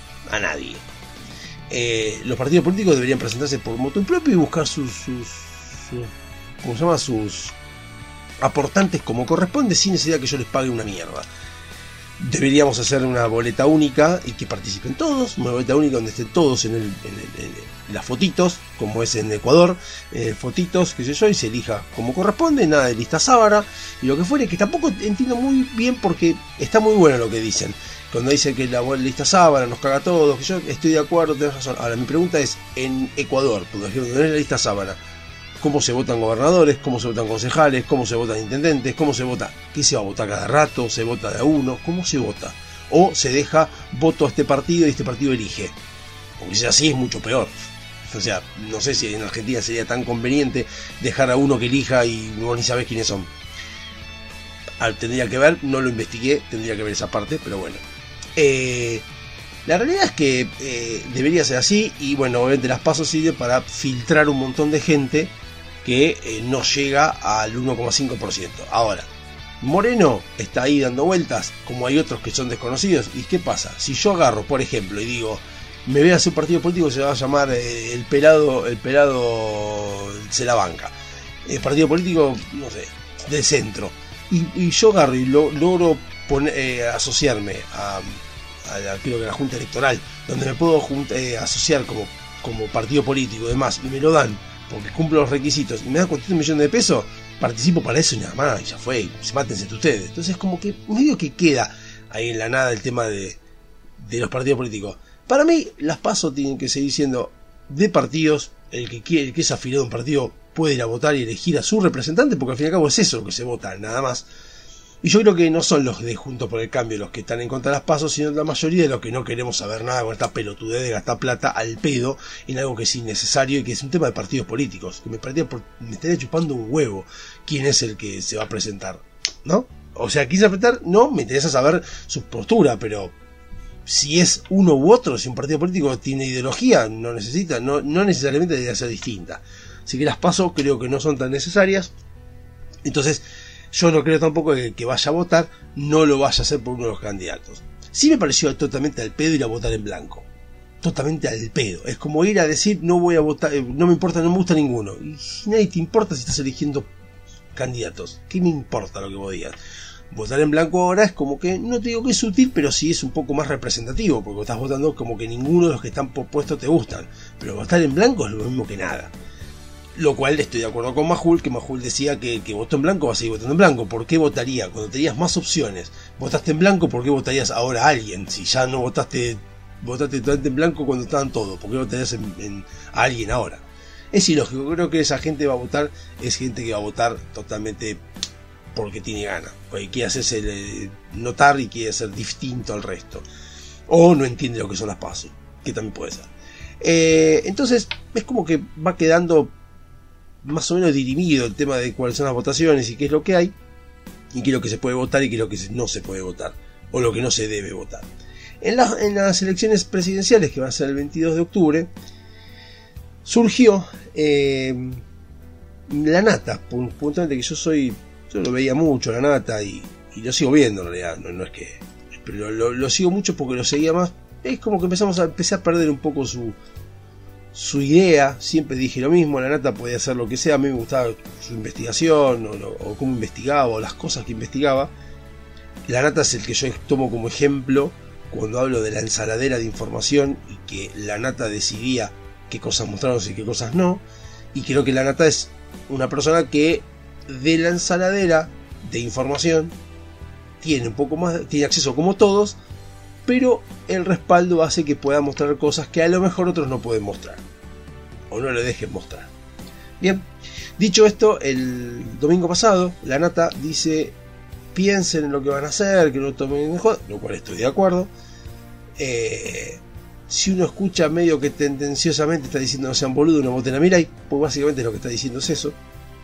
Los partidos políticos deberían presentarse por motu propio y buscar sus aportantes como corresponde, sin necesidad que yo les pague una mierda. Deberíamos hacer una boleta única y que participen todos, una boleta única donde estén todos en las fotitos, como es en Ecuador, fotitos, qué sé yo, y se elija como corresponde, nada de lista sábana y lo que fuere, que tampoco entiendo muy bien, porque está muy bueno lo que dicen, cuando dicen que la lista sábana nos caga a todos, que yo estoy de acuerdo, tenés razón. Ahora mi pregunta es, en Ecuador, por ejemplo, no es la lista sábana, ¿cómo se votan gobernadores? ¿Cómo se votan concejales? ¿Cómo se votan intendentes? ¿Cómo se vota? ¿Qué se va a votar cada rato? ¿Se vota de a uno? ¿Cómo se vota? ¿O se deja voto a este partido y este partido elige? Porque si es así es mucho peor. O sea, no sé si en Argentina sería tan conveniente dejar a uno que elija y no ni sabes quiénes son. Tendría que ver, no lo investigué, tendría que ver esa parte, pero bueno. La realidad es que debería ser así, y bueno, obviamente las PASO sirven para filtrar un montón de gente que no llega al 1,5%. Ahora, Moreno está ahí dando vueltas, como hay otros que son desconocidos. ¿Y qué pasa? Si yo agarro, por ejemplo, y digo, me voy a hacer un partido político que se va a llamar el pelado se la banca, el partido político, no sé, del centro, y yo agarro y logro asociarme creo que a la Junta Electoral, donde me puedo asociar como partido político y demás, y me lo dan porque cumplo los requisitos y me dan 400 millones de pesos, participo para eso y nada más, y ya fue, mátense ustedes. Entonces como que medio que queda ahí en la nada el tema de los partidos políticos. Para mí las PASO tienen que seguir siendo de partidos. El que es afiliado a un partido puede ir a votar y elegir a su representante, porque al fin y al cabo es eso lo que se vota, nada más. Y yo creo que no son los de Juntos por el Cambio los que están en contra de las PASO, sino la mayoría de los que no queremos saber nada con esta pelotudez de gastar plata al pedo en algo que es innecesario y que es un tema de partidos políticos, que me estaría chupando un huevo quién es el que se va a presentar, ¿no? O sea, quién se va a presentar, no, me interesa saber su postura, pero si es uno u otro, si un partido político tiene ideología, no necesariamente debería ser distinta. Así que las PASO creo que no son tan necesarias. Entonces, yo no creo tampoco que vaya a votar, no lo vaya a hacer por uno de los candidatos. Sí me pareció totalmente al pedo ir a votar en blanco. Totalmente al pedo. Es como ir a decir, no voy a votar, no me importa, no me gusta ninguno. Y nadie te importa si estás eligiendo candidatos. ¿Qué me importa lo que vos digas? Votar en blanco ahora es como que, no te digo que es útil, pero sí es un poco más representativo, porque estás votando como que ninguno de los que están puestos te gustan. Pero votar en blanco es lo mismo que nada. Lo cual estoy de acuerdo con Majul, que Majul decía que votó en blanco, va a seguir votando en blanco. ¿Por qué votaría? Cuando tenías más opciones, votaste en blanco, ¿por qué votarías ahora a alguien? Si ya no votaste totalmente en blanco cuando estaban todos, ¿por qué votarías a alguien ahora? Es ilógico, creo que esa gente va a votar, es gente que va a votar totalmente porque tiene ganas, porque quiere hacerse notar y quiere ser distinto al resto. O no entiende lo que son las PASO, que también puede ser. Entonces, es como que va quedando más o menos dirimido el tema de cuáles son las votaciones y qué es lo que hay, y qué es lo que se puede votar y qué es lo que no se puede votar, o lo que no se debe votar. En las elecciones presidenciales, que va a ser el 22 de octubre, surgió la Nata, puntualmente, que yo lo veía mucho, la Nata, y lo sigo viendo en realidad, no es que... Pero lo sigo mucho porque lo seguía más. Es como que empecé a perder un poco su idea. Siempre dije lo mismo, la Nata podía hacer lo que sea, a mí me gustaba su investigación o cómo investigaba o las cosas que investigaba. La Nata es el que yo tomo como ejemplo cuando hablo de la ensaladera de información y que la Nata decidía qué cosas mostrarnos y qué cosas no, y creo que la Nata es una persona que de la ensaladera de información tiene un poco más, tiene acceso como todos, pero el respaldo hace que pueda mostrar cosas que a lo mejor otros no pueden mostrar o no le dejen mostrar. Bien, dicho esto, el domingo pasado la Nata dice: piensen en lo que van a hacer, que no tomen mejor, lo cual estoy de acuerdo. Si uno escucha medio que tendenciosamente está diciendo no sean boludos, no voten a Milei, pues básicamente lo que está diciendo es eso.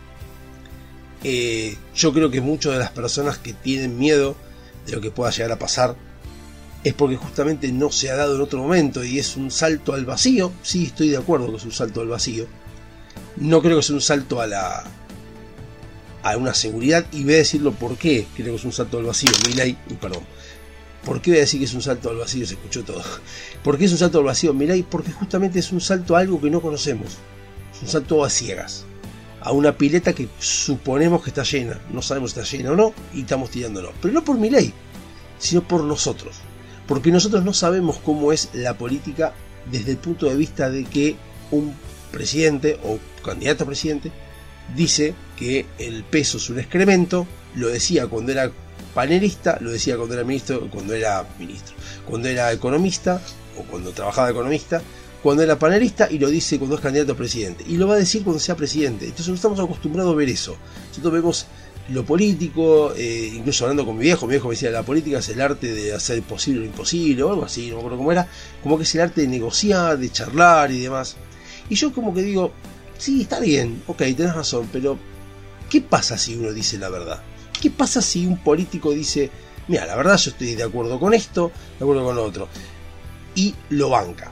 Yo creo que muchas de las personas que tienen miedo de lo que pueda llegar a pasar es porque justamente no se ha dado en otro momento y es un salto al vacío. Sí, estoy de acuerdo que es un salto al vacío. No creo que sea un salto a una seguridad, y voy a decirlo por qué creo que es un salto al vacío. Milei, perdón. ¿Por qué voy a decir que es un salto al vacío? Se escuchó todo. ¿Por qué es un salto al vacío, Milei? Porque justamente es un salto a algo que no conocemos. Es un salto a ciegas. A una pileta que suponemos que está llena. No sabemos si está llena o no, y estamos tirándolo. Pero no por Milei, sino por nosotros. Porque nosotros no sabemos cómo es la política desde el punto de vista de que un presidente o candidato a presidente dice que el peso es un excremento. Lo decía cuando era panelista, lo decía cuando era ministro, cuando era economista o cuando trabajaba de economista, cuando era panelista, y lo dice cuando es candidato a presidente, y lo va a decir cuando sea presidente. Entonces no estamos acostumbrados a ver eso. Nosotros vemos lo político, incluso hablando con mi viejo me decía: la política es el arte de hacer posible lo imposible, o algo así, no me acuerdo cómo era, como que es el arte de negociar, de charlar y demás. Y yo como que digo, sí, está bien, ok, tenés razón, pero ¿qué pasa si uno dice la verdad? ¿Qué pasa si un político dice: mira, la verdad yo estoy de acuerdo con esto, de acuerdo con lo otro, y lo banca?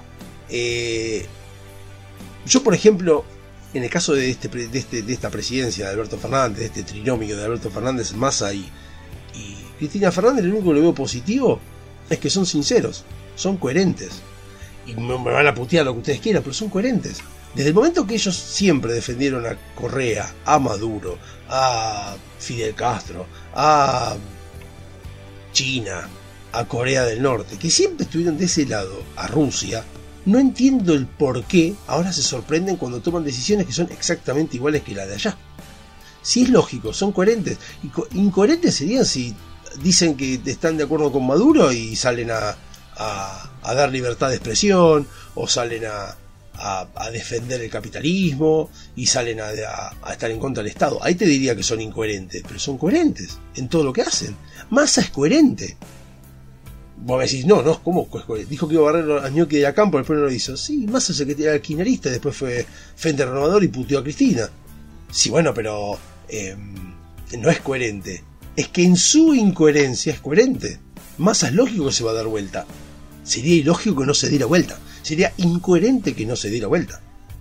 Yo, por ejemplo, en el caso de esta presidencia de Alberto Fernández, de este trinomio de Alberto Fernández, Massa y Cristina Fernández, lo único que le veo positivo es que son sinceros, son coherentes. Y me van a putear lo que ustedes quieran, pero son coherentes. Desde el momento que ellos siempre defendieron a Correa, a Maduro, a Fidel Castro, a China, a Corea del Norte, que siempre estuvieron de ese lado, a Rusia. No entiendo el por qué ahora se sorprenden cuando toman decisiones que son exactamente iguales que la de allá. Si es lógico, son coherentes. Incoherentes serían si dicen que están de acuerdo con Maduro y salen a dar libertad de expresión, o salen a defender el capitalismo y salen a estar en contra del Estado. Ahí te diría que son incoherentes, pero son coherentes en todo lo que hacen. Massa es coherente. Vos me decís, no, ¿cómo es coherente? Dijo que iba a barrer a Gnocchi de Acampo, después no lo hizo. Sí, Massa es el que era kirchnerista, después fue Frente Renovador y puteó a Cristina. Sí, bueno, pero no es coherente. Es que en su incoherencia es coherente. Massa es lógico que se va a dar vuelta. Sería ilógico que no se diera vuelta. Sería incoherente que no se diera vuelta.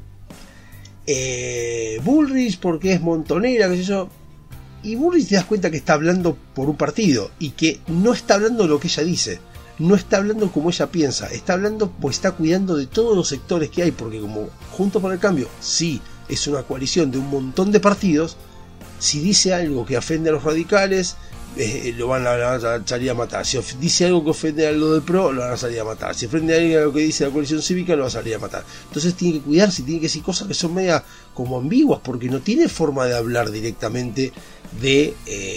Bullrich porque es montonera, qué sé yo. Y Bullrich te das cuenta que está hablando por un partido y que no está hablando lo que ella dice. No está hablando como ella piensa. Está hablando pues está cuidando de todos los sectores que hay, porque como Juntos por el Cambio sí es una coalición de un montón de partidos. Si dice algo que ofende a los radicales, lo van a salir a matar. Si dice algo que ofende a lo del PRO, lo van a salir a matar. Si ofende a alguien a lo que dice la coalición cívica, lo va a salir a matar. Entonces tiene que cuidarse, tiene que decir cosas que son media como ambiguas, porque no tiene forma de hablar directamente de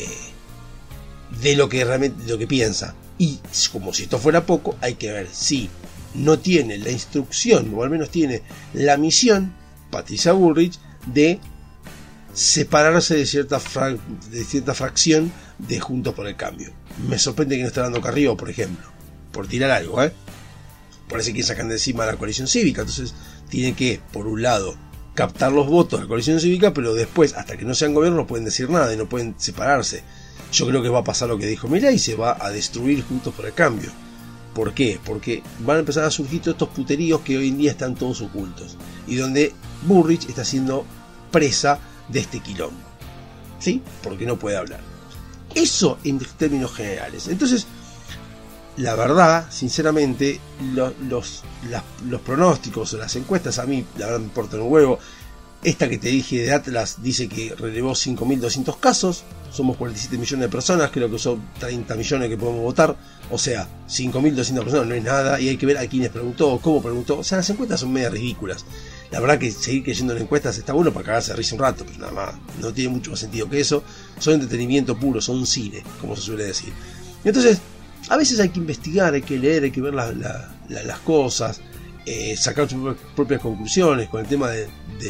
lo que realmente lo que piensa. Y como si esto fuera poco, hay que ver si no tiene la instrucción, o al menos tiene la misión, Patricia Bullrich, de separarse de cierta fracción de Juntos por el Cambio. Me sorprende que no esté dando Carrió, por ejemplo, por tirar algo, parece que sacan de encima a la coalición cívica. Entonces tiene que, por un lado, captar los votos de la coalición cívica, pero después, hasta que no sean gobierno, no pueden decir nada y no pueden separarse. Yo creo que va a pasar lo que dijo Milei, se va a destruir Juntos por el Cambio. ¿Por qué? Porque van a empezar a surgir todos estos puteríos que hoy en día están todos ocultos y donde Bullrich está siendo presa de este quilombo, ¿sí? Porque no puede hablar. Eso en términos generales. Entonces, la verdad, sinceramente, los pronósticos o las encuestas a mí, la verdad, me importan un huevo. Esta que te dije de Atlas dice que relevó 5.200 casos, somos 47 millones de personas, creo que son 30 millones que podemos votar, o sea, 5.200 personas no es nada, y hay que ver a quiénes preguntó, cómo preguntó. O sea, las encuestas son medio ridículas. La verdad que seguir creyendo en encuestas está bueno para cagarse de risa un rato, pero nada más, no tiene mucho más sentido que eso. Son entretenimiento puro, son cine, como se suele decir. Entonces, a veces hay que investigar, hay que leer, hay que ver las cosas, sacar sus propias conclusiones con el tema de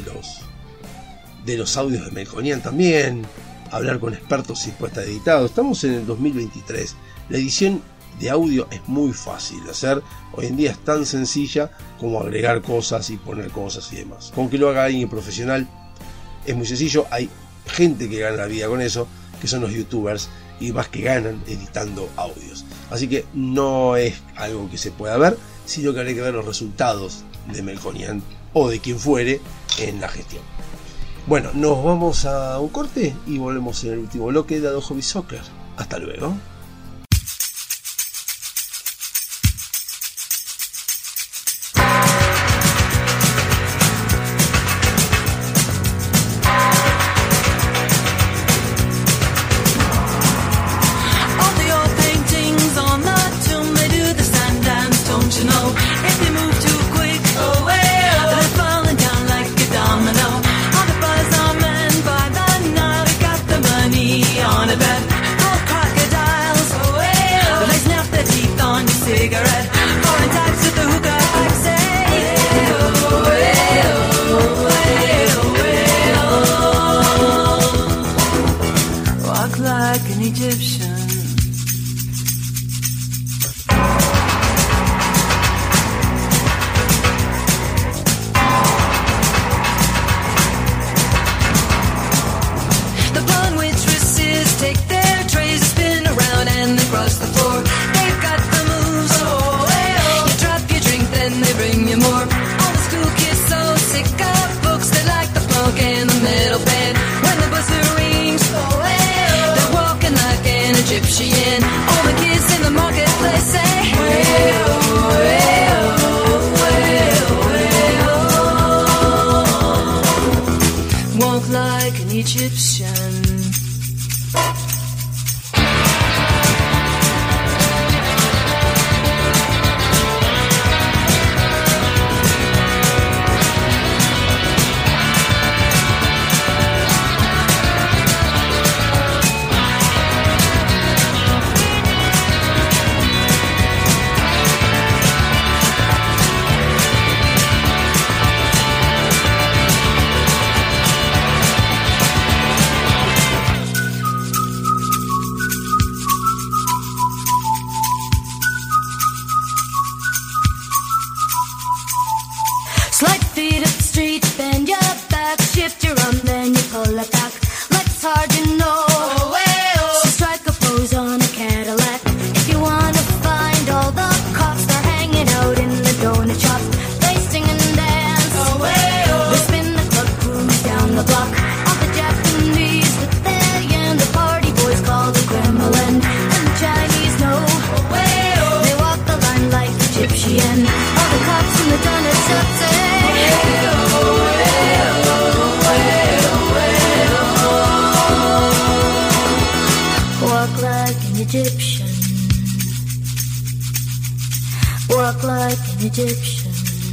los audios de Melconian también, hablar con expertos si después está editado. Estamos en el 2023, la edición de audio es muy fácil de hacer, hoy en día es tan sencilla como agregar cosas y poner cosas y demás. Con que lo haga alguien profesional es muy sencillo, hay gente que gana la vida con eso, que son los youtubers y más que ganan editando audios. Así que no es algo que se pueda ver, sino que hay que ver los resultados de Melconian o de quien fuere en la gestión. Bueno, nos vamos a un corte y volvemos en el último bloque de Hobby Soccer. Hasta luego.
Egyptian.
Walk like an Egyptian. Walk like an Egyptian.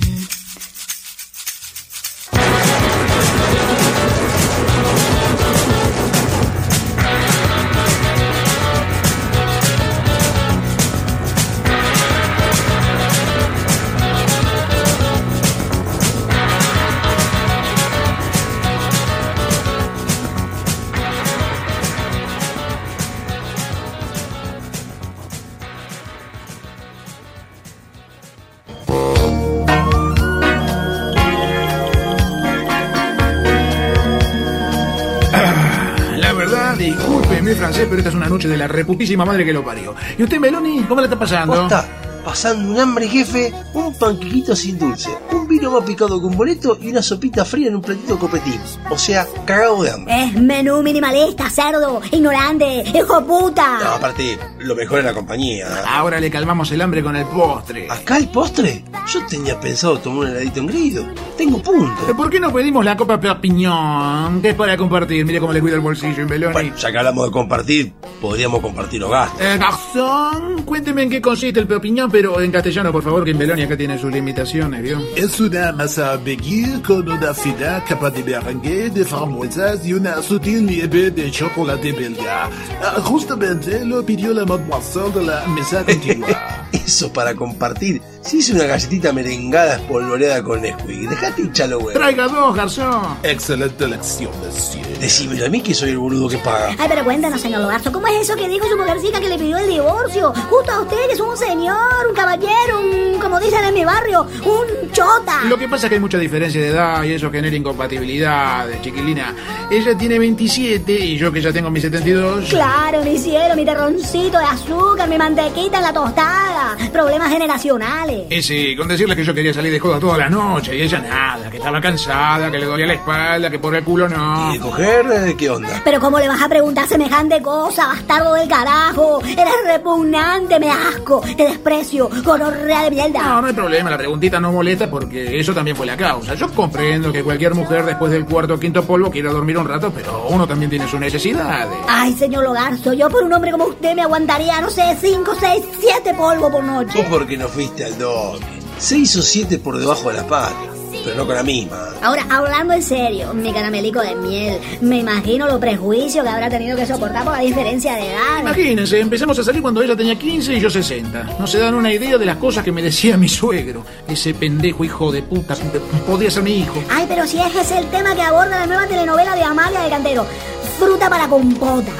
Discúlpeme, francés, pero esta es una noche de la reputísima madre que lo parió. ¿Y usted, Meloni, cómo la está pasando?
¿Cómo está? Pasando un hambre, jefe, un panquequito sin dulce, un vino más picado con boleto y una sopita fría en un platito copetín. O sea, cagado de hambre.
Es menú minimalista, cerdo, ignorante, hijo de puta.
No, aparte, lo mejor es la compañía.
Ahora le calmamos el hambre con el postre.
¿Acá el postre? Yo tenía pensado tomar un heladito engreído. Tengo punto.
¿Por qué no pedimos la copa Perpignan? Que es para compartir. Mire cómo le cuida el bolsillo, Meloni.
Bueno, ya que hablamos de compartir, podríamos compartir los gastos.
Garzón, cuénteme en qué consiste el Perpignan, pero en castellano, por favor, que Meloni acá tiene sus limitaciones, ¿vio?
Es una masa beguil con una fina capa de merengue, de frambuesas y una sutil nieve de chocolate belga. Justamente lo pidió la mademoiselle de la mesa continua.
Eso para compartir. Si es una galletita merengada espolvoreada con Nesquik, dejate hinchar los huevos.
Traiga dos, garzón.
Excelente elección, monsieur.
Decímelo a mí que soy el boludo que paga.
Ay, pero cuéntanos, señor Logarzo, ¿cómo es eso que dijo su mujercita que le pidió el divorcio? Justo a usted, que es un señor, un caballero, como dicen en mi barrio, un chota.
Lo que pasa es que hay mucha diferencia de edad y eso genera incompatibilidades, chiquilina. Ella tiene 27 y yo que ya tengo mis 72.
Claro, mi cielo, mi terroncito de azúcar, mi mantequita en la tostada. Problemas generacionales.
Y sí, con decirle que yo quería salir de joda toda la noche y ella nada, que estaba cansada, que le dolía la espalda, que por el culo no.
¿Y de coger? ¿Qué onda?
Pero ¿cómo le vas a preguntar semejante cosa, bastardo del carajo? Eres repugnante, me asco, te desprecio, gonorrea de mierda.
No, no hay problema, la preguntita no molesta porque eso también fue la causa. Yo comprendo que cualquier mujer después del cuarto o quinto polvo quiera dormir un rato, pero uno también tiene sus necesidades.
Ay, señor Logarzo, yo por un hombre como usted me aguantaría, no sé, 5, 6, 7 polvos por noche.
Vos porque no fuiste al doque. 6 o 7 por debajo de la pata, pero no con la misma.
Ahora, hablando en serio, mi caramelico de miel, me imagino los prejuicios que habrá tenido que soportar por la diferencia de edad.
Imagínense, empezamos a salir cuando ella tenía 15 y yo 60. No se dan una idea de las cosas que me decía mi suegro. Ese pendejo hijo de puta, podría ser mi hijo.
Ay, pero si ese es el tema que aborda la nueva telenovela de Amalia de Cantero. Fruta para compota.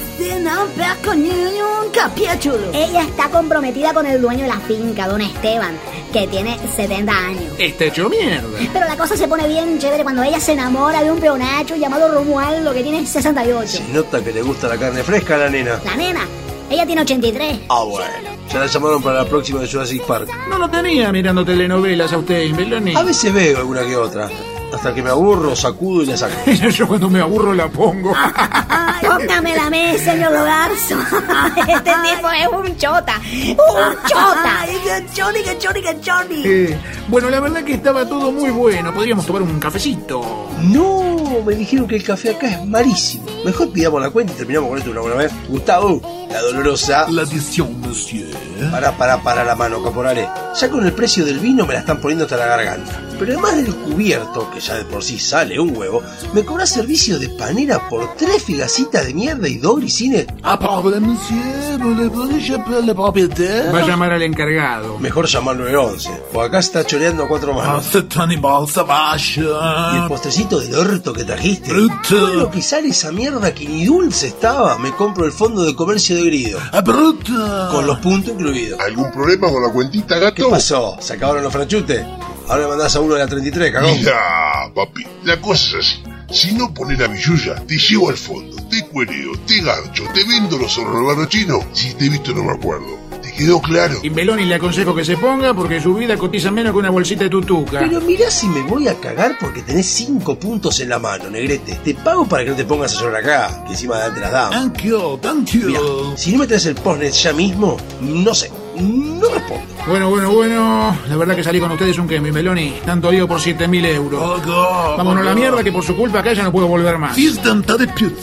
Ella está comprometida con el dueño de la finca, don Esteban, que tiene 70 años.
Está hecho mierda.
Pero la cosa se pone bien chévere cuando ella se enamora de un peonacho llamado Romualdo, que tiene 68.
Se nota que le gusta la carne fresca a la nena.
La nena, ella tiene 83.
Ah, bueno. Ya la llamaron para la próxima de Jurassic Park.
No lo tenía mirando telenovelas a usted, Meloni.
A veces veo alguna que otra. Hasta que me aburro, sacudo y la saco.
Yo cuando me aburro la pongo.
Ay, póngame la mesa, señor Logarzo. Este tipo es un chota. ¡Un chota!
Bueno, la verdad que estaba todo muy bueno. Podríamos tomar un cafecito.
No, me dijeron que el café acá es malísimo. Mejor pidamos la cuenta y terminamos con esto una buena vez. Gustavo, la dolorosa.
La adición, monsieur.
Para la mano, caporales. Ya con el precio del vino me la están poniendo hasta la garganta. Pero además del cubierto, que ya de por sí sale un huevo, me cobra servicio de panera por 3 figacitas de mierda y 2 grisines.
Pardon, monsieur, ¿vous le podés llamar le propietaire?
Va a llamar al encargado.
Mejor llamar 911, porque acá está choreando a 4 manos.
C'est un animal sauvage.
Y el postrecito del orto que trajiste.
Bruto.
Con lo que sale esa mierda que ni dulce estaba, me compro el fondo de comercio de Grido.
Bruto.
Con los puntos incluidos.
¿Algún problema con la cuentita, gato?
¿Qué pasó? ¿Se acabaron los franchutes? Ahora me mandás a uno de la 33, cagón.
Mira, papi, la cosa es así. Si no pones la billulla, te llevo al fondo, te cuereo, te gancho, te vendo los zorros chinos. Si te he visto no me acuerdo. ¿Te quedó claro?
Y Meloni le aconsejo que se ponga porque su vida cotiza menos que una bolsita de tutuca.
Pero mirá si me voy a cagar porque tenés 5 puntos en la mano, negrete. Te pago para que no te pongas a llorar acá, que encima de te las damos.
Thank you.
Mirá, si no me traes el postnet ya mismo, no sé, no respondo.
Bueno, la verdad que salí con ustedes un mi Meloni. Tanto lío por 7.000 euros. Vámonos a la mierda que por su culpa acá ya no puedo volver más.
Fils d'un tas de putes.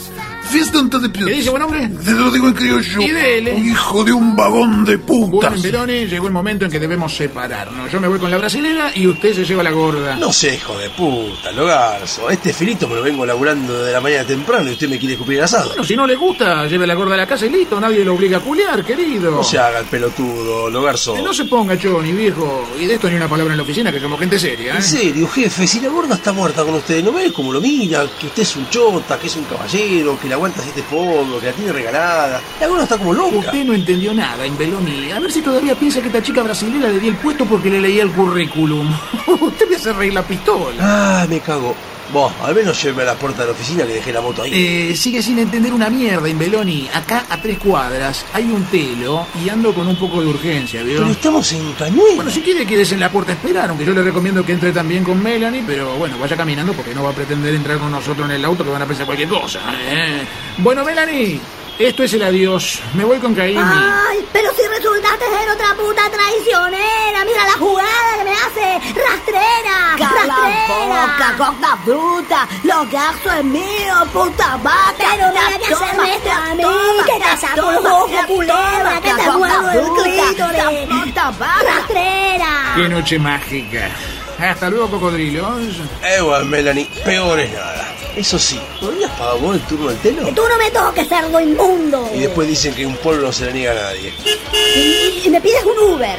Fils d'un tas de putes.
¿Qué dice, buen hombre?
Te lo digo en criollo.
Y dele.
Hijo de un vagón de putas.
Bueno, Meloni, llegó el momento en que debemos separarnos. Yo me voy con la brasilera y usted se lleva la gorda.
No sé, hijo de puta, Logarzo. Este filito me lo vengo laburando de la mañana temprano y usted me quiere escupir el asado.
Bueno, si no le gusta, lleve la gorda a la casa y listo. Nadie lo obliga a culiar, querido.
No se haga el pelotudo, Logarzo.
No se ponga Johnny, viejo. Y de esto ni una palabra en la oficina, que somos gente seria, ¿eh?
En serio, jefe, si la gorda está muerta con usted, ¿no ves cómo lo mira? Que usted es un chota, que es un caballero, que le aguanta 7 polvos, que la tiene regalada. La gorda está como loca.
Usted no entendió nada, Imbeloni. A ver si todavía piensa que esta chica brasilera le di el puesto porque le leía el currículum. Usted me hace reír la pistola.
Ah, me cago. Vos, al menos lléveme a la puerta de la oficina que dejé la moto ahí.
Sigue sin entender una mierda, Imbeloni. Acá a 3 cuadras hay un telo y ando con un poco de urgencia, ¿vio?
Pero estamos en Cañuelas.
Bueno, si quiere quédese en la puerta a esperar, aunque yo le recomiendo que entre también con Melanie, pero bueno, vaya caminando porque no va a pretender entrar con nosotros en el auto que van a pensar cualquier cosa, ¿eh? Bueno, Melanie, esto es el adiós. Me voy con Caimi.
Ay, pero si resultaste ser otra puta traicionera. Mira la jugada que me hace. Rastrera.
Cala
Rastrera.
boca, gorda bruta. Logarzo es mío, puta vaca.
Pero mira que hacerme esto a mí. Que te saco los ojos, culebra. Que te muevo el clítoris.
Puta vaca.
Rastrera.
Qué noche mágica. Hasta luego, cocodrilos.
Bueno, Melanie, peor es nada. Eso sí, ¿podrías pagar vos el turno del telo?
Que tú no me toques, cerdo inmundo.
Y después dicen que un polvo no se le niega a nadie.
Y me pides un Uber.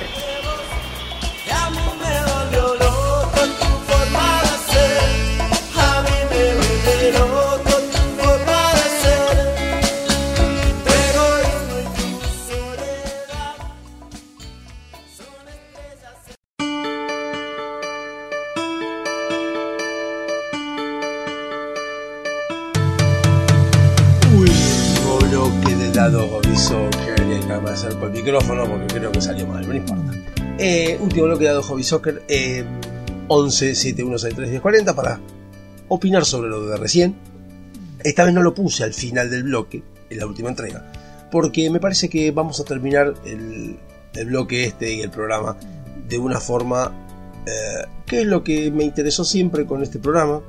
Hobby Soccer, y hay que hacer por el micrófono porque creo que salió mal, no importa. Último bloque de Hobby Soccer, 11 7163 1040 para opinar sobre lo de recién. Esta vez no lo puse al final del bloque, en la última entrega, porque me parece que vamos a terminar el bloque este y el programa de una forma que es lo que me interesó siempre con este programa.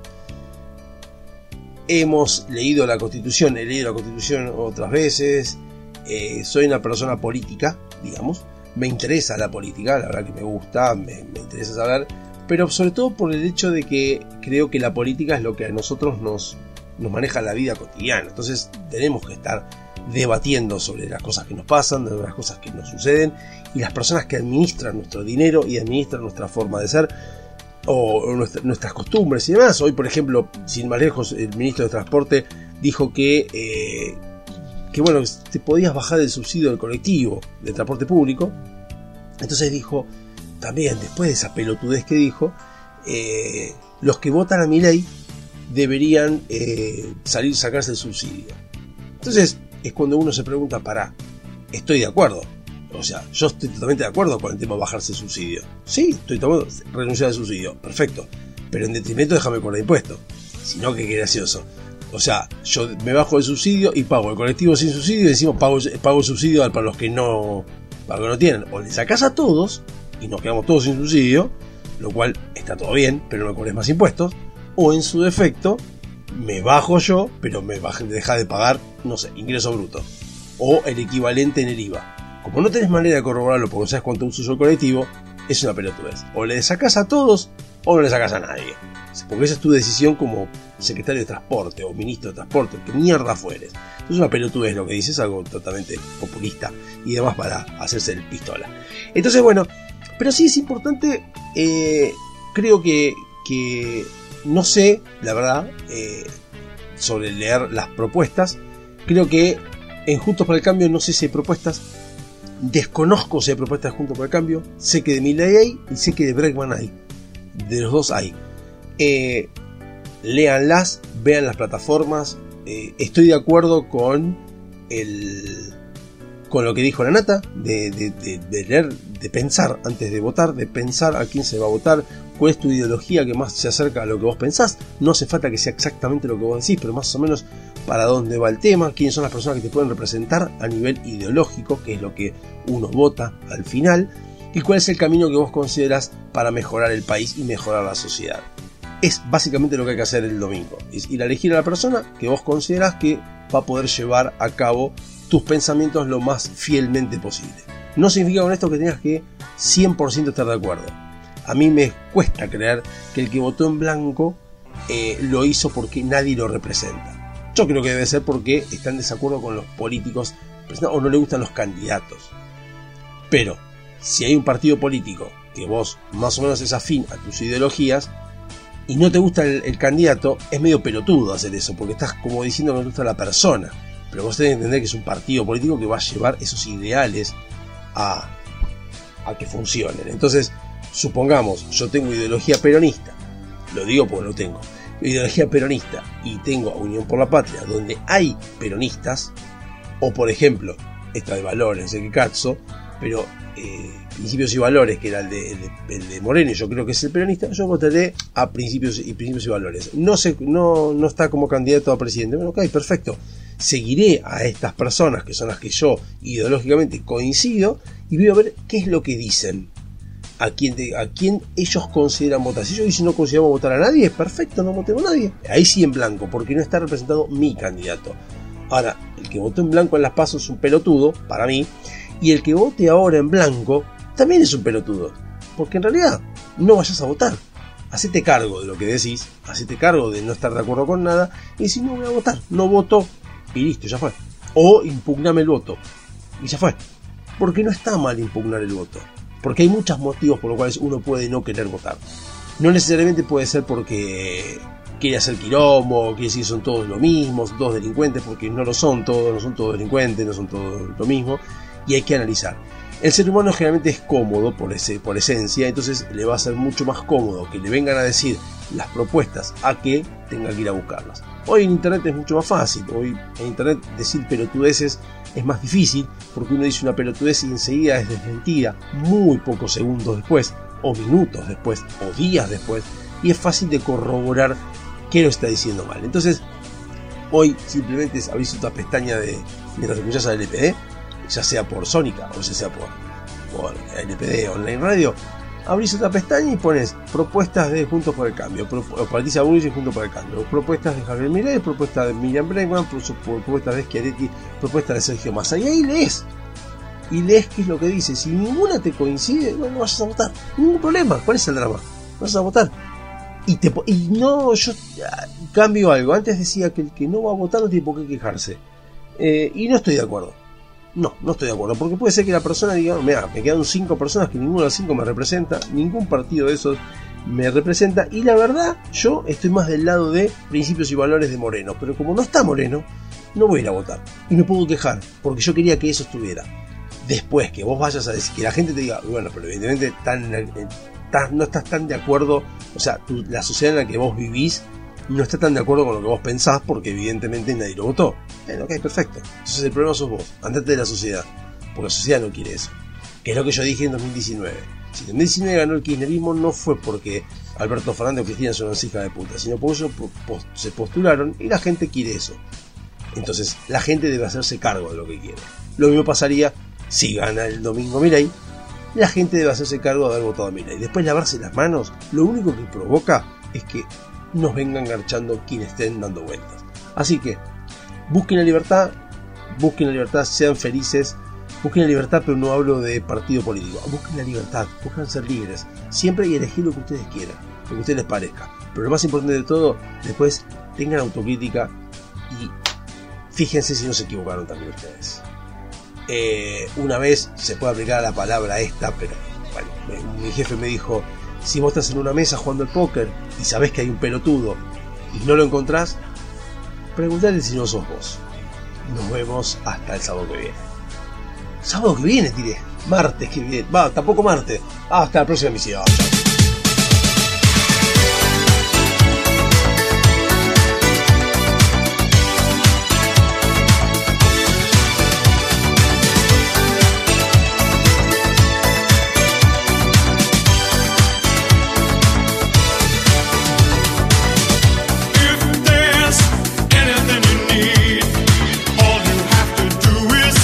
Hemos leído la Constitución, he leído la Constitución otras veces, soy una persona política, digamos, me interesa la política, la verdad que me gusta, me interesa saber, pero sobre todo por el hecho de que creo que la política es lo que a nosotros nos maneja la vida cotidiana, entonces tenemos que estar debatiendo sobre las cosas que nos pasan, sobre las cosas que nos suceden, y las personas que administran nuestro dinero y administran nuestra forma de ser, o nuestras costumbres y demás. Hoy, por ejemplo, sin más lejos, el ministro de Transporte dijo que bueno, te podías bajar el subsidio del colectivo de transporte público. Entonces dijo, también después de esa pelotudez que dijo, los que votan a Milei deberían sacarse el subsidio. Entonces es cuando uno se pregunta, estoy de acuerdo. O sea, yo estoy totalmente de acuerdo con el tema de bajarse el subsidio. Sí, estoy de acuerdo, renunciar al subsidio, perfecto. Pero en detrimento déjame cobrar impuestos. Si no, qué gracioso. O sea, yo me bajo el subsidio y pago el colectivo sin subsidio y encima pago el subsidio para los que no tienen. O le sacás a todos y nos quedamos todos sin subsidio, lo cual está todo bien, pero no me cobres más impuestos. O en su defecto, me bajo yo, pero me deja de pagar, no sé, ingreso bruto. O el equivalente en el IVA. Como no tenés manera de corroborarlo porque no sabes cuánto uso el colectivo, es una pelotudez. O le sacás a todos o no le sacás a nadie. Porque esa es tu decisión como secretario de Transporte o ministro de Transporte, que mierda fueres. Es una pelotudez lo que dices, algo totalmente populista y demás para hacerse el pistola. Entonces, bueno, pero sí es importante, creo que no sé, la verdad, sobre leer las propuestas. Creo que en Juntos por el Cambio no sé si hay propuestas. Desconozco si hay propuestas de Juntos por el Cambio. Sé que de Milei hay y sé que de Bregman hay. De los dos hay. Léanlas, vean las plataformas. Estoy de acuerdo con lo que dijo la Nata, de leer, de pensar antes de votar, de pensar a quién se va a votar, cuál es tu ideología que más se acerca a lo que vos pensás. No hace falta que sea exactamente lo que vos decís, pero más o menos para dónde va el tema, quiénes son las personas que te pueden representar a nivel ideológico, que es lo que uno vota al final, y cuál es el camino que vos considerás para mejorar el país y mejorar la sociedad. Es básicamente lo que hay que hacer el domingo, es ir a elegir a la persona que vos considerás que va a poder llevar a cabo tus pensamientos lo más fielmente posible. No significa con esto que tengas que 100% estar de acuerdo. A mí me cuesta creer que el que votó en blanco lo hizo porque nadie lo representa. Yo creo que debe ser porque está en desacuerdo con los políticos o no le gustan los candidatos. Pero si hay un partido político que vos más o menos es afín a tus ideologías y no te gusta el candidato, es medio pelotudo hacer eso, porque estás como diciendo que no te gusta la persona. Pero vos tenés que entender que es un partido político que va a llevar esos ideales a que funcionen. Entonces, supongamos, yo tengo ideología peronista, lo digo porque lo tengo, ideología peronista, y tengo a Unión por la Patria, donde hay peronistas, o por ejemplo, esta de Valores, de Kekatso, pero Principios y Valores, que era el de Moreno, y yo creo que es el peronista, yo votaré a Principios y Valores. No está como candidato a presidente. Bueno, ok, perfecto. Seguiré a estas personas, que son las que yo ideológicamente coincido, y voy a ver qué es lo que dicen. A quién ellos consideran votar. Si ellos dicen no consideramos votar a nadie, perfecto, no votemos a nadie. Ahí sí en blanco, porque no está representado mi candidato. Ahora, el que votó en blanco en las PASO es un pelotudo, para mí, y el que vote ahora en blanco también es un pelotudo, porque en realidad no vayas a votar. Hacete cargo de lo que decís, hacete cargo de no estar de acuerdo con nada, y decís no voy a votar, no voto, y listo, ya fue. O impugname el voto, y ya fue. Porque no está mal impugnar el voto, porque hay muchos motivos por los cuales uno puede no querer votar. No necesariamente puede ser porque quiere hacer quilombo, quiere decir que son todos lo mismo, son todos delincuentes, porque no lo son todos, no son todos delincuentes, no son todos lo mismo, y hay que analizar. El ser humano generalmente es cómodo por esencia, entonces le va a ser mucho más cómodo que le vengan a decir las propuestas a que tenga que ir a buscarlas. Hoy en internet es mucho más fácil, hoy en internet decir pelotudeces es más difícil, porque uno dice una pelotudez y enseguida es desmentida muy pocos segundos después, o minutos después, o días después, y es fácil de corroborar que lo está diciendo mal. Entonces, hoy simplemente abrís otra pestaña mientras escuchás a LPD, ya sea por Sónica o ya sea por LPD Online Radio, abrís otra pestaña y pones propuestas de Juntos por el Cambio, o Patricia Bullrich y Juntos por el Cambio, propuestas de Javier Milei, propuestas de Miriam Bregman, propuestas de Schiaretti, propuestas de Sergio Massa, y ahí lees qué es lo que dice. Si ninguna te coincide, no vayas a votar, ningún problema. ¿Cuál es el drama? Vas a votar. Yo cambio algo. Antes decía que el que no va a votar no tiene por qué quejarse, y no estoy de acuerdo. No estoy de acuerdo, porque puede ser que la persona diga, mira, me quedan 5 personas que ninguno de las 5 me representa, ningún partido de esos me representa, y la verdad, yo estoy más del lado de Principios y Valores de Moreno, pero como no está Moreno, no voy a ir a votar, y me puedo quejar, porque yo quería que eso estuviera. Después que vos vayas a decir, que la gente te diga, bueno, pero evidentemente no estás tan de acuerdo, o sea, la sociedad en la que vos vivís no está tan de acuerdo con lo que vos pensás, porque evidentemente nadie lo votó. Ok, perfecto. Entonces el problema sos vos, andate de la sociedad, porque la sociedad no quiere eso. Que es lo que yo dije en 2019. Si en 2019 ganó el kirchnerismo, no fue porque Alberto Fernández o Cristina son unas hijas de puta, sino porque ellos se postularon y la gente quiere eso. Entonces la gente debe hacerse cargo de lo que quiere. Lo mismo pasaría si gana el domingo Milei. La gente debe hacerse cargo de haber votado a Milei. Después lavarse las manos, lo único que provoca es que nos vengan garchando quienes estén dando vueltas. Así que busquen la libertad, sean felices, busquen la libertad, pero no hablo de partido político. Busquen la libertad, busquen ser libres, siempre y elegir lo que ustedes quieran, lo que a ustedes les parezca. Pero lo más importante de todo, después tengan autocrítica y fíjense si no se equivocaron también ustedes. Una vez se puede aplicar a la palabra esta, pero bueno, mi jefe me dijo, si vos estás en una mesa jugando al póker y sabés que hay un pelotudo y no lo encontrás, preguntale si no sos vos. Nos vemos hasta el sábado que viene. Sábado que viene, tiré. Martes que viene. Va, tampoco martes. Hasta la próxima emisión. Chao.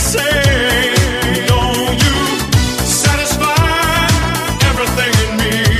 Satisfy everything in me.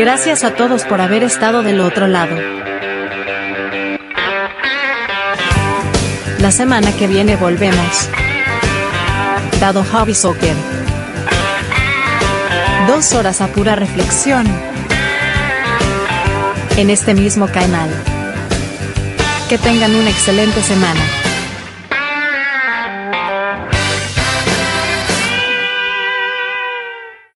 Gracias a todos por haber estado del otro lado. La semana que viene volvemos. Dado Hobby Soccer. 2 horas a pura reflexión. En este mismo canal. Que tengan una excelente semana.